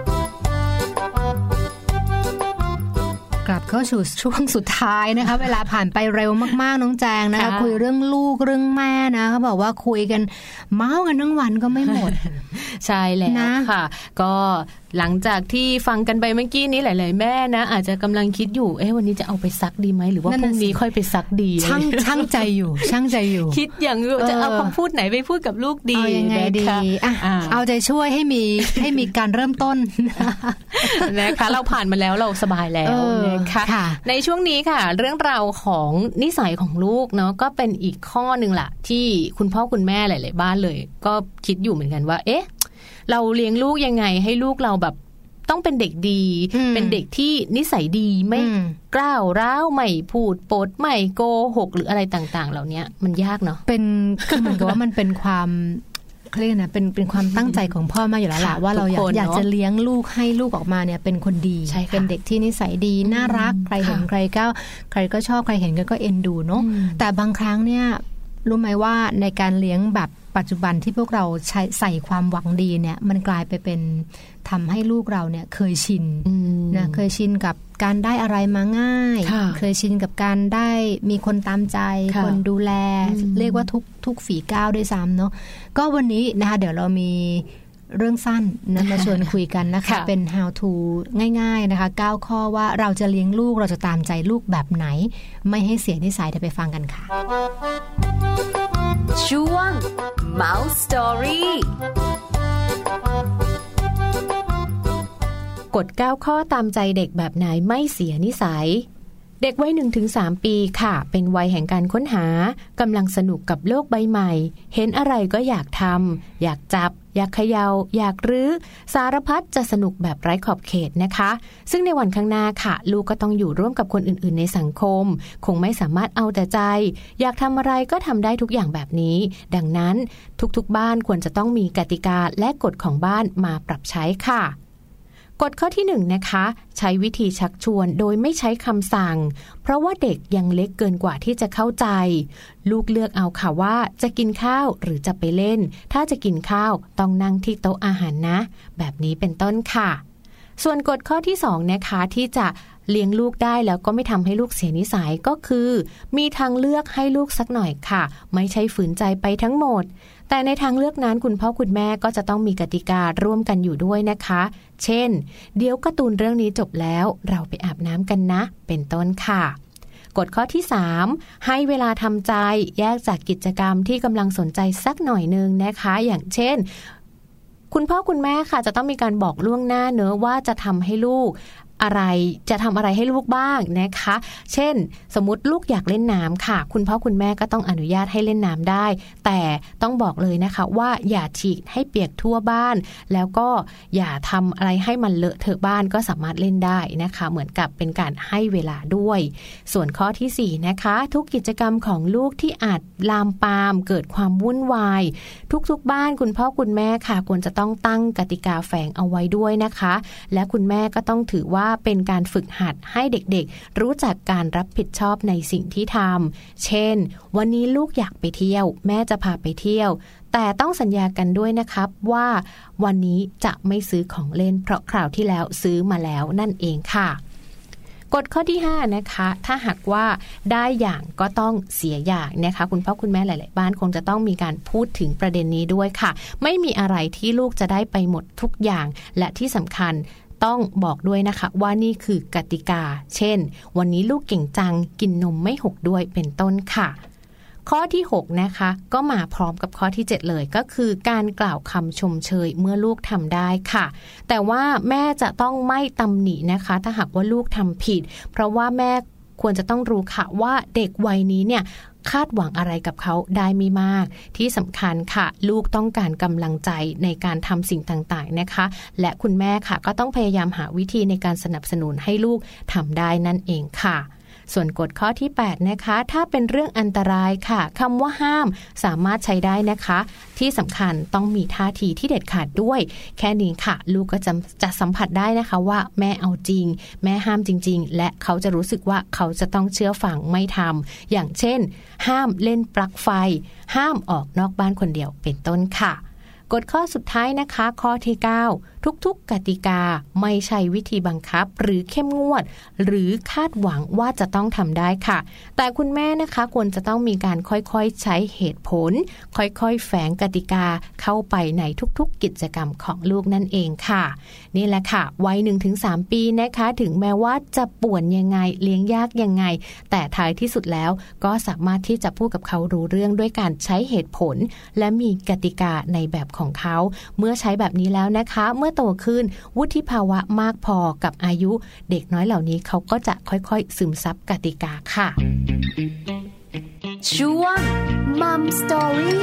กลับเข้าสู่ช่วงสุดท้ายนะคะเวลาผ่านไปเร็วมากๆน้องแจงนะคะคุยเรื่องลูกเรื่องแม่นะเขาบอกว่าคุยกันเมาส์กันทั้งวันก็ไม่หมดใช่แล้วค่ะก็หลังจากที่ฟังกันไปเมื่อกี้นี้หลายๆแม่นะอาจจะกำลังคิดอยู่วันนี้จะเอาไปซักดีไหมหรือว่าพรุ่งนี้ค่อยไปซักดีช่างใจอยู่คิดอย่างจะเอาคำพูดไหนไปพูดกับลูกดียังไงดีเอาใจช่วยให้มีการเริ่มต้นนะคะเราผ่านมาแล้วเราสบายแล้วนะคะในช่วงนี้ค่ะเรื่องราวของนิสัยของลูกเนาะก็เป็นอีกข้อนึงล่ะที่คุณพ่อคุณแม่หลายๆบ้านเลยก็คิดอยู่เหมือนกันว่าเราเลี้ยงลูกยังไงให้ลูกเราแบบต้องเป็นเด็กดีเป็นเด็กที่นิสัยดีไม่กล้าวร้าวไม่พูดปดไม่โกหกหรืออะไรต่างๆเหล่านี้มันยากเนาะเป็นคือเหมือนกับว่ามันเป็นความเรียกนะเป็นความตั้งใจของพ่อมาอยู่แล้วล่ะว่าเราอยากจะเลี้ยงลูกให้ลูกออกมาเนี่ยเป็นคนดีเป็นเด็กที่นิสัยดีน่ารักใครเห็นใครก็ชอบใครเห็นก็เอ็นดูเนาะแต่บางครั้งเนี่ยรู้ไหมว่าในการเลี้ยงแบบปัจจุบันที่พวกเราใส่ความหวังดีเนี่ยมันกลายไปเป็นทำให้ลูกเราเนี่ยเคยชินนะเคยชินกับการได้อะไรมาง่ายเคยชินกับการได้มีคนตามใจคนดูแลเรียกว่าทุกฝีก้าวด้วยซ้ำเนาะก็วันนี้นะคะเดี๋ยวเรามีเรื่องสั้นนะมาชวนคุยกันนะคะเป็น how to ง่ายๆนะคะ9ข้อว่าเราจะเลี้ยงลูกเราจะตามใจลูกแบบไหนไม่ให้เสียนิสัยเดี๋ยวไปฟังกันค่ะช่วง Mouse Story กฎ9ข้อตามใจเด็กแบบไหนไม่เสียนิสัยเด็กวัย 1-3 ปีค่ะเป็นวัยแห่งการค้นหากำลังสนุกกับโลกใบใหม่เห็นอะไรก็อยากทำอยากจับอยากเขยาอยากรื้อสารพัดจะสนุกแบบไร้ขอบเขตนะคะซึ่งในวันข้างหน้าค่ะลูกก็ต้องอยู่ร่วมกับคนอื่นๆในสังคมคงไม่สามารถเอาแต่ใจอยากทำอะไรก็ทำได้ทุกอย่างแบบนี้ดังนั้นทุกๆบ้านควรจะต้องมีกติกาและกฎของบ้านมาปรับใช้ค่ะกฎข้อที่1นะคะใช้วิธีชักชวนโดยไม่ใช้คำสั่งเพราะว่าเด็กยังเล็กเกินกว่าที่จะเข้าใจลูกเลือกเอาค่ะว่าจะกินข้าวหรือจะไปเล่นถ้าจะกินข้าวต้องนั่งที่โต๊ะอาหารนะแบบนี้เป็นต้นค่ะส่วนกฎข้อที่2นะคะที่จะเลี้ยงลูกได้แล้วก็ไม่ทำให้ลูกเสียนิสัยก็คือมีทางเลือกให้ลูกสักหน่อยค่ะไม่ใช่ฝืนใจไปทั้งหมดแต่ในทางเลือกนั้นคุณพ่อคุณแม่ก็จะต้องมีกติการ่วมกันอยู่ด้วยนะคะเช่นเดี๋ยวการ์ตูนเรื่องนี้จบแล้วเราไปอาบน้ำกันนะเป็นต้นค่ะกฎข้อที่3ให้เวลาทำใจแยกจากกิจกรรมที่กำลังสนใจสักหน่อยนึงนะคะอย่างเช่นคุณพ่อคุณแม่ค่ะจะต้องมีการบอกล่วงหน้าเนอะว่าจะทำให้ลูกอะไรจะทำอะไรให้ลูกบ้างนะคะเช่นสมมุติลูกอยากเล่นน้ำค่ะคุณพ่อคุณแม่ก็ต้องอนุญาตให้เล่นน้ำได้แต่ต้องบอกเลยนะคะว่าอย่าฉีกให้เปียกทั่วบ้านแล้วก็อย่าทำอะไรให้มันเลอะเทอะบ้านก็สามารถเล่นได้นะคะเหมือนกับเป็นการให้เวลาด้วยส่วนข้อที่4นะคะทุกกิจกรรมของลูกที่อาจลามปามเกิดความวุ่นวายทุกๆบ้านคุณพ่อคุณแม่ค่ะควรจะต้องตั้งกติกาแฝงเอาไว้ด้วยนะคะและคุณแม่ก็ต้องถือว่าเป็นการฝึกหัดให้เด็กๆรู้จักการรับผิดชอบในสิ่งที่ทำเช่นวันนี้ลูกอยากไปเที่ยวแม่จะพาไปเที่ยวแต่ต้องสัญญากันด้วยนะครับว่าวันนี้จะไม่ซื้อของเล่นเพราะคราวที่แล้วซื้อมาแล้วนั่นเองค่ะกฎข้อที่5นะคะถ้าหากว่าได้อย่างก็ต้องเสียอย่างนะคะคุณพ่อคุณแม่หลายๆบ้านคงจะต้องมีการพูดถึงประเด็นนี้ด้วยค่ะไม่มีอะไรที่ลูกจะได้ไปหมดทุกอย่างและที่สำคัญต้องบอกด้วยนะคะว่านี่คือกติกาเช่นวันนี้ลูกเก่งจังกินนมไม่หกด้วยเป็นต้นค่ะข้อที่6นะคะก็มาพร้อมกับข้อที่7เลยก็คือการกล่าวคำชมเชยเมื่อลูกทำได้ค่ะแต่ว่าแม่จะต้องไม่ตำหนินะคะถ้าหากว่าลูกทำผิดเพราะว่าแม่ควรจะต้องรู้ค่ะว่าเด็กวัยนี้เนี่ยคาดหวังอะไรกับเขาได้ไม่มากที่สำคัญค่ะลูกต้องการกำลังใจในการทำสิ่งต่างๆนะคะและคุณแม่ค่ะก็ต้องพยายามหาวิธีในการสนับสนุนให้ลูกทำได้นั่นเองค่ะส่วนกฎข้อที่8นะคะถ้าเป็นเรื่องอันตรายค่ะคำว่าห้ามสามารถใช้ได้นะคะที่สำคัญต้องมีท่าทีที่เด็ดขาดด้วยแค่นี้ค่ะลูกก็จะสัมผัสได้นะคะว่าแม่เอาจริงแม่ห้ามจริงๆและเขาจะรู้สึกว่าเขาจะต้องเชื่อฟังไม่ทำอย่างเช่นห้ามเล่นปลั๊กไฟห้ามออกนอกบ้านคนเดียวเป็นต้นค่ะกฎข้อสุดท้ายนะคะข้อที่9ทุกๆกติกาไม่ใช่วิธีบังคับหรือเข้มงวดหรือคาดหวังว่าจะต้องทำได้ค่ะแต่คุณแม่นะคะควรจะต้องมีการค่อยๆใช้เหตุผลค่อยๆแฝงกติกาเข้าไปในทุกๆกิจกรรมของลูกนั่นเองค่ะนี่แหละค่ะวัย 1-3 ปีนะคะถึงแม้ว่าจะป่วนยังไงเลี้ยงยากยังไงแต่ท้ายที่สุดแล้วก็สามารถที่จะพูดกับเขารู้เรื่องด้วยการใช้เหตุผลและมีกติกาในแบบของเขาเมื่อใช้แบบนี้แล้วนะคะเมื่อโตขึ้นวุฒิภาวะมากพอกับอายุเด็กน้อยเหล่านี้เขาก็จะค่อยๆซึมซับกติกาค่ะช่วง Mom Story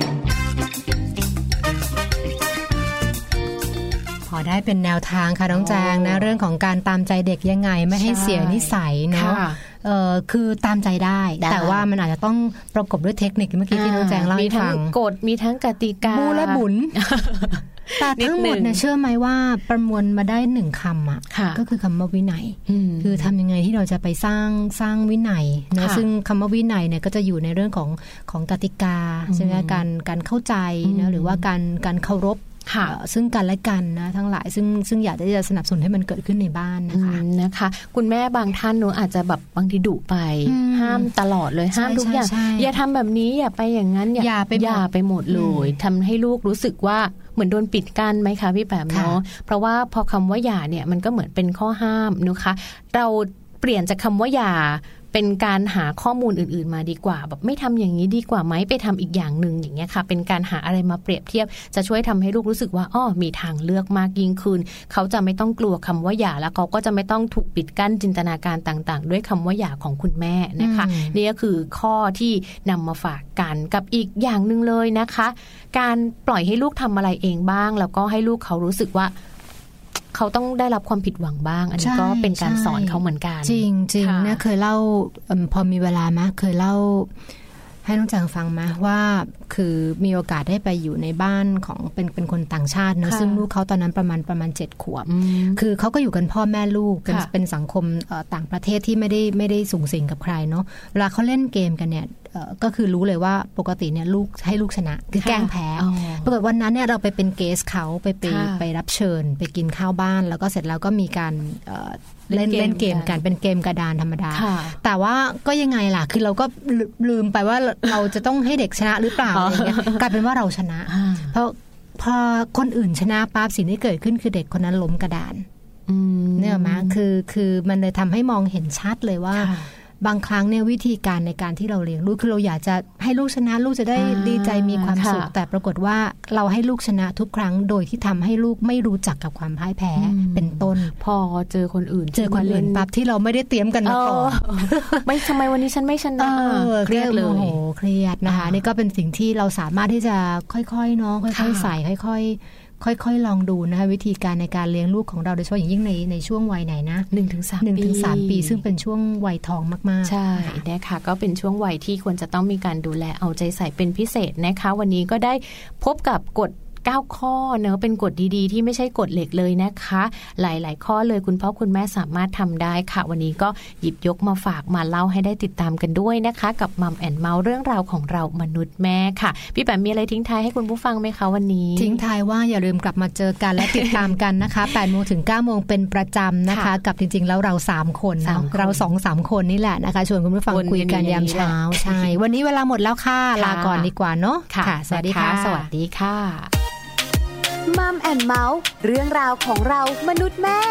พอได้เป็นแนวทางค่ะน้องแจงนะเรื่องของการตามใจเด็กยังไงไม่ให้เสียนิสัยเนาะคือตามใจได้แต่ว่ามันอาจจะต้องประกอบด้วยเทคนิคเมื่อกี้ที่น้องแจงเล่าให้ฟังมีทั้งกฎมีทั้งกติกาบูและบุญแต่ทั้งหมดเนี่ยเชื่อไหมว่าประมวลมาได้1คำอ่ะก็คือคำว่าวินัยคือทำยังไงที่เราจะไปสร้างวินัยนะซึ่งคำว่าวินัยเนี่ยก็จะอยู่ในเรื่องของกติกาใช่ไหมการเข้าใจนะหรือว่าการเคารพซึ่งกันและกันนะทั้งหลายซึ่งอยากจะสนับสนุนให้มันเกิดขึ้นในบ้านนะคะคุณแม่บางท่านหนูอาจจะแบบบางทีดุไปห้ามตลอดเลยห้ามทุกอย่างอย่าทำแบบนี้อย่าไปอย่างนั้นอย่าไปหมดเลยทำให้ลูกรู้สึกว่าเหมือนโดนปิดกั้นไหมคะพี่แปมเนาะเพราะว่าพอคำว่าอย่าเนี่ยมันก็เหมือนเป็นข้อห้ามนะคะเราเปลี่ยนจากคำว่าอย่าเป็นการหาข้อมูลอื่นๆมาดีกว่าแบบไม่ทำอย่างนี้ดีกว่าไหมไปทำอีกอย่างนึงอย่างเงี้ยค่ะเป็นการหาอะไรมาเปรียบเทียบจะช่วยทำให้ลูกรู้สึกว่ามีทางเลือกมากยิ่งขึ้นเขาจะไม่ต้องกลัวคำว่าอย่าแล้วเขาก็จะไม่ต้องถูกปิดกั้นจินตนาการต่างๆด้วยคำว่าอย่าของคุณแม่นะคะนี่ก็คือข้อที่นำมาฝากกันกับอีกอย่างนึงเลยนะคะการปล่อยให้ลูกทำอะไรเองบ้างแล้วก็ให้ลูกเขารู้สึกว่าเขาต้องได้รับความผิดหวังบ้างอันนี้ก็เป็นการสอนเขาเหมือนกันจริงเนี่ยเคยเล่าพอมีเวลาไหมเคยเล่าให้น้องแจงฟังไหมว่าคือมีโอกาสได้ไปอยู่ในบ้านของเป็นคนต่างชาตินะซึ่งลูกเขาตอนนั้นประมาณ7 ขวบคือเขาก็อยู่กันพ่อแม่ลูกเป็นสังคมต่างประเทศที่ไม่ได้สูงสิงกับใครเนาะเวลาเขาเล่นเกมกันเนี่ยก็คือรู้เลยว่าปกติเนี่ยลูกให้ลูกชนะคือแกล้งแพ้ปรากฏวันนั้นเนี่ยเราไปเป็นเกสเขาไปรับเชิญไปกินข้าวบ้านแล้วก็เสร็จแล้วก็มีการเล่นเกมกันเป็นเกมกระดานธรรมดาแต่ว่าก็ยังไงล่ะคือเราก็ลืมไปว่าเราจะต้องให้เด็กชนะหรือเปล่าอะไรเงี้ยกลายเป็นว่าเราชนะเพราะพอคนอื่นชนะปั๊บสิ่งที่เกิดขึ้นคือเด็กคนนั้นล้มกระดานเนี่ยมั้ยคือมันเลยทำให้มองเห็นชัดเลยว่าบางครั้งเนี่ยวิธีการในการที่เราเลี้ยงลูกคือเราอยากจะให้ลูกชนะลูกจะได้ดีใจมีความสุขแต่ปรากฏว่าเราให้ลูกชนะทุกครั้งโดยที่ทำให้ลูกไม่รู้จักกับความพ่ายแพ้เป็นต้นพอเจอคนอื่นปั๊บที่เราไม่ได้เตรียมกันมาก่อนไม่ทำไมวันนี้ฉันไม่ชนะเครียดเลยโอ้โหเครียดนะคะนี่ก็เป็นสิ่งที่เราสามารถที่จะค่อยๆเนาะค่อยๆใส่ค่อยๆลองดูนะคะวิธีการในการเลี้ยงลูกของเราโดยเฉพาะอย่างยิ่งในช่วงวัยไหนนะ 1-3 ปีซึ่งเป็นช่วงวัยทองมากๆใช่นะคะก็เป็นช่วงวัยที่ควรจะต้องมีการดูแลเอาใจใส่เป็นพิเศษนะคะวันนี้ก็ได้พบกับกฎ9 ข้อเนอะเป็นกฎดีๆที่ไม่ใช่กฎเหล็กเลยนะคะหลายๆข้อเลยคุณพ่อคุณแม่สามารถทำได้ค่ะวันนี้ก็หยิบยกมาฝากมาเล่าให้ได้ติดตามกันด้วยนะคะกับมัมแอนด์เมาส์เรื่องราวของเรามนุษย์แม่ค่ะพี่แปมมีอะไรทิ้งท้ายให้คุณผู้ฟังไหมคะวันนี้ทิ้งท้ายว่าอย่าลืมกลับมาเจอกันและติดตามกันนะคะ 8 โมงถึง 9 โมงเป็นประจำนะคะกับจริงๆแล้วเรา3 คนเรา 2-3 คนนี่แหละนะคะชวนคุณผู้ฟังคุยกันยามเช้าใช่วันนี้เวลาหมดแล้วค่ะลาก่อนดีกว่าเนาะค่ะสวัสดีค่ะสวัสดีค่ะมัมแอนด์เมาส์เรื่องราวของเรามนุษย์แม่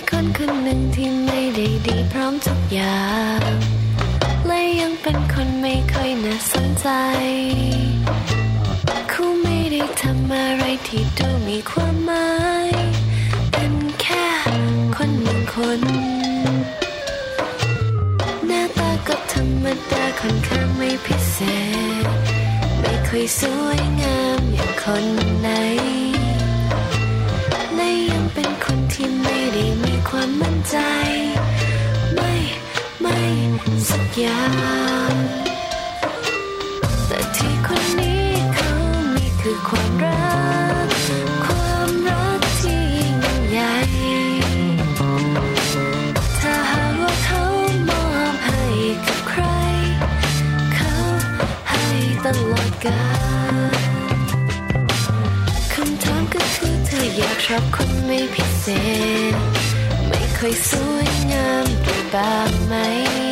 คนคนหนึ่งที่ไม่ได้ดีพร้อมทุกอย่างและยังเป็นคนไม่ค่อยน่าสนใจเขาไม่ได้ทำอะไรที่ดูมีความหมายเป็นแค่คนหนึ่งคนหน้าตาก็ธรรมดาค่อนข้างไม่พิเศษไม่ค่อยสวยงามอย่างคนไหนและยังเป็นคนที่ไม่ได้มีความมั่นใจไม่สักอย่างแต่ที่คนนี้เขามีคือความรักที่ยิ่งใหญ่ถ้าหากว่าเขามอบให้กับใครเขาให้ตลอดกาลคำถามก็คือเธออยากชอบคนไม่พิเศษไม่ค่อยสวยงามด้วยบ้างไหม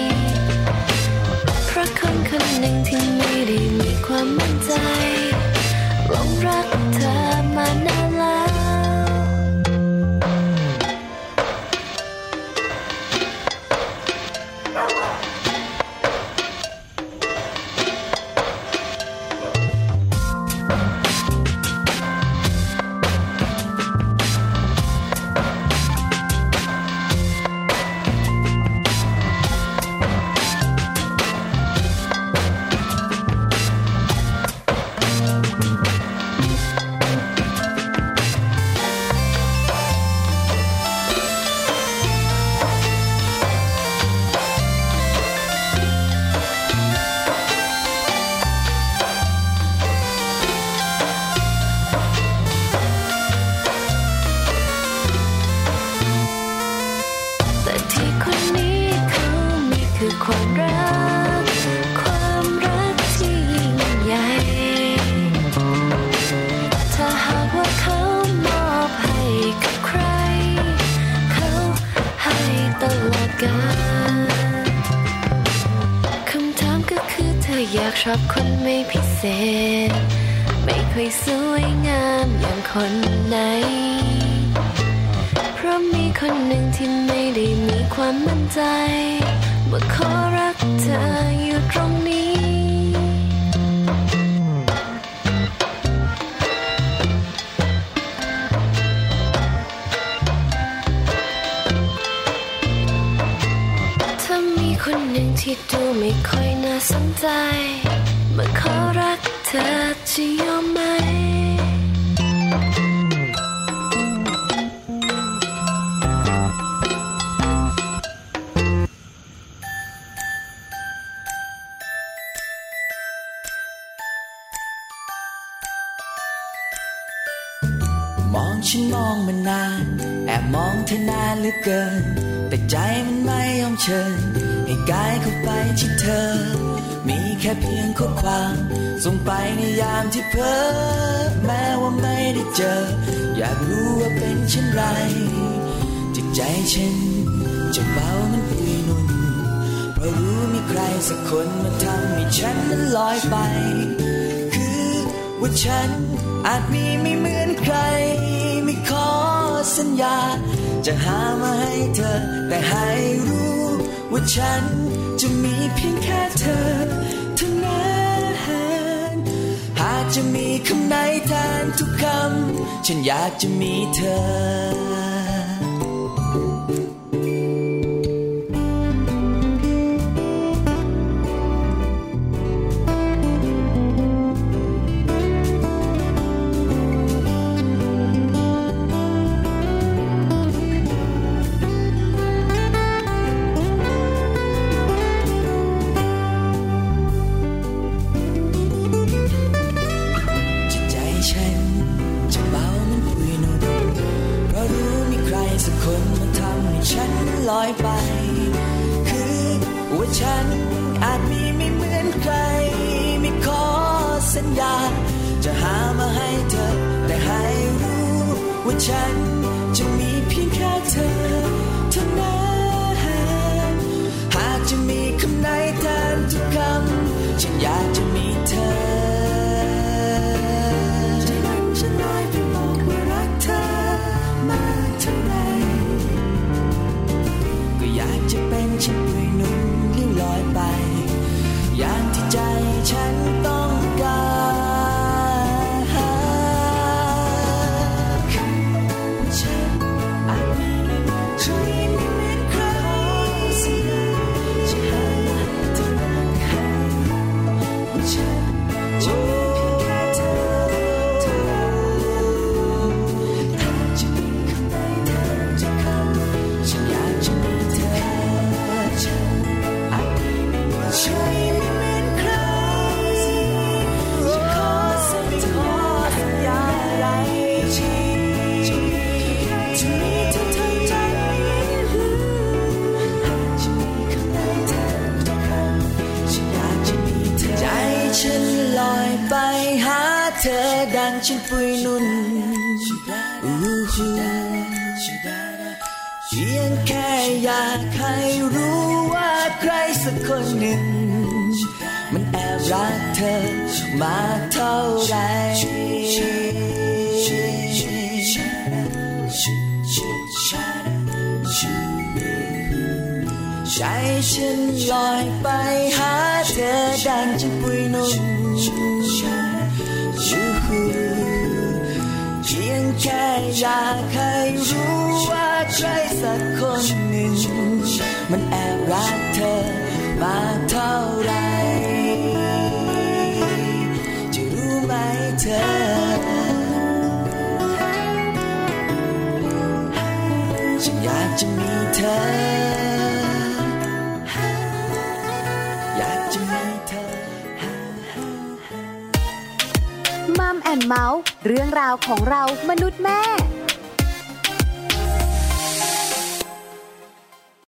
เพราะคนคนหนึ่งที่ไม่ได้มีความมั่นใจหลงรักเธอมานานแล้วชอบคนไม่พิเศษไม่ค่อยสวยงามอย่างคนไหนเพราะมีคนหนึ่งที่ไม่ได้มีความมั่นใจว่าขอรักเธออยู่ตรงนี้ถ้ามีคนหนึ่งที่ดูไม่ค่อยน่าสนใจมาขอรักเธอจะยอมไหมมองฉันมองมานานแอบมองเธอนานเหลือเกินแต่ใจมันไม่ยอมเชิญให้กายเข้าไปที่เธอมีแค่เพียงข้อความส่งไปในยามที่เพ้อแม้ว่าไม่ได้เจออยากรู้ว่าเป็นเช่นไรจิตใจฉันจะเบามันปุยนุ่นเพราะรู้มีใครสักคนมาทำให้ฉันนั้นลอยไปคือว่าฉันอาจมีไม่เหมือนใครไม่ขอสัญญาจะหามาให้เธอแต่ให้รู้ว่าฉันจะมีเพียงแค่เธอเท่านั้นหากจะมีคำไหนแทนทุกคำฉันอยากจะมีเธอฉันลอยไปคือว่าฉันอาจมีไม่เหมือนใครไม่ขอสัญญาจะหามาให้เธอแต่ให้รู้ว่าฉันจะมีเพียงแค่เธอเท่านั้นหากจะมีคำไหนแทนทุกคำฉันอยากจะมีเธอใจมันฉันลอยไปบอกว่ารักเธอมากเท่าไรฉันปุยนุ่นเพียงแค่อยากให้รู้ว่าใครสักคนหนึ่งมันแอบรักเธอมาเท่าไรใจฉันลอยไปหาเธอดังฉันปุยนุ่นเพียงแค่อยากให้รู้ว่าใครสักคนหนึ่งมันแอบรักเธอมาเท่าไรจะรู้ไหมเธอฉันอยากจะมีเธออยากจะมีเธอมัมแอนด์เมาส์เรื่องราวของเรามนุษย์แม่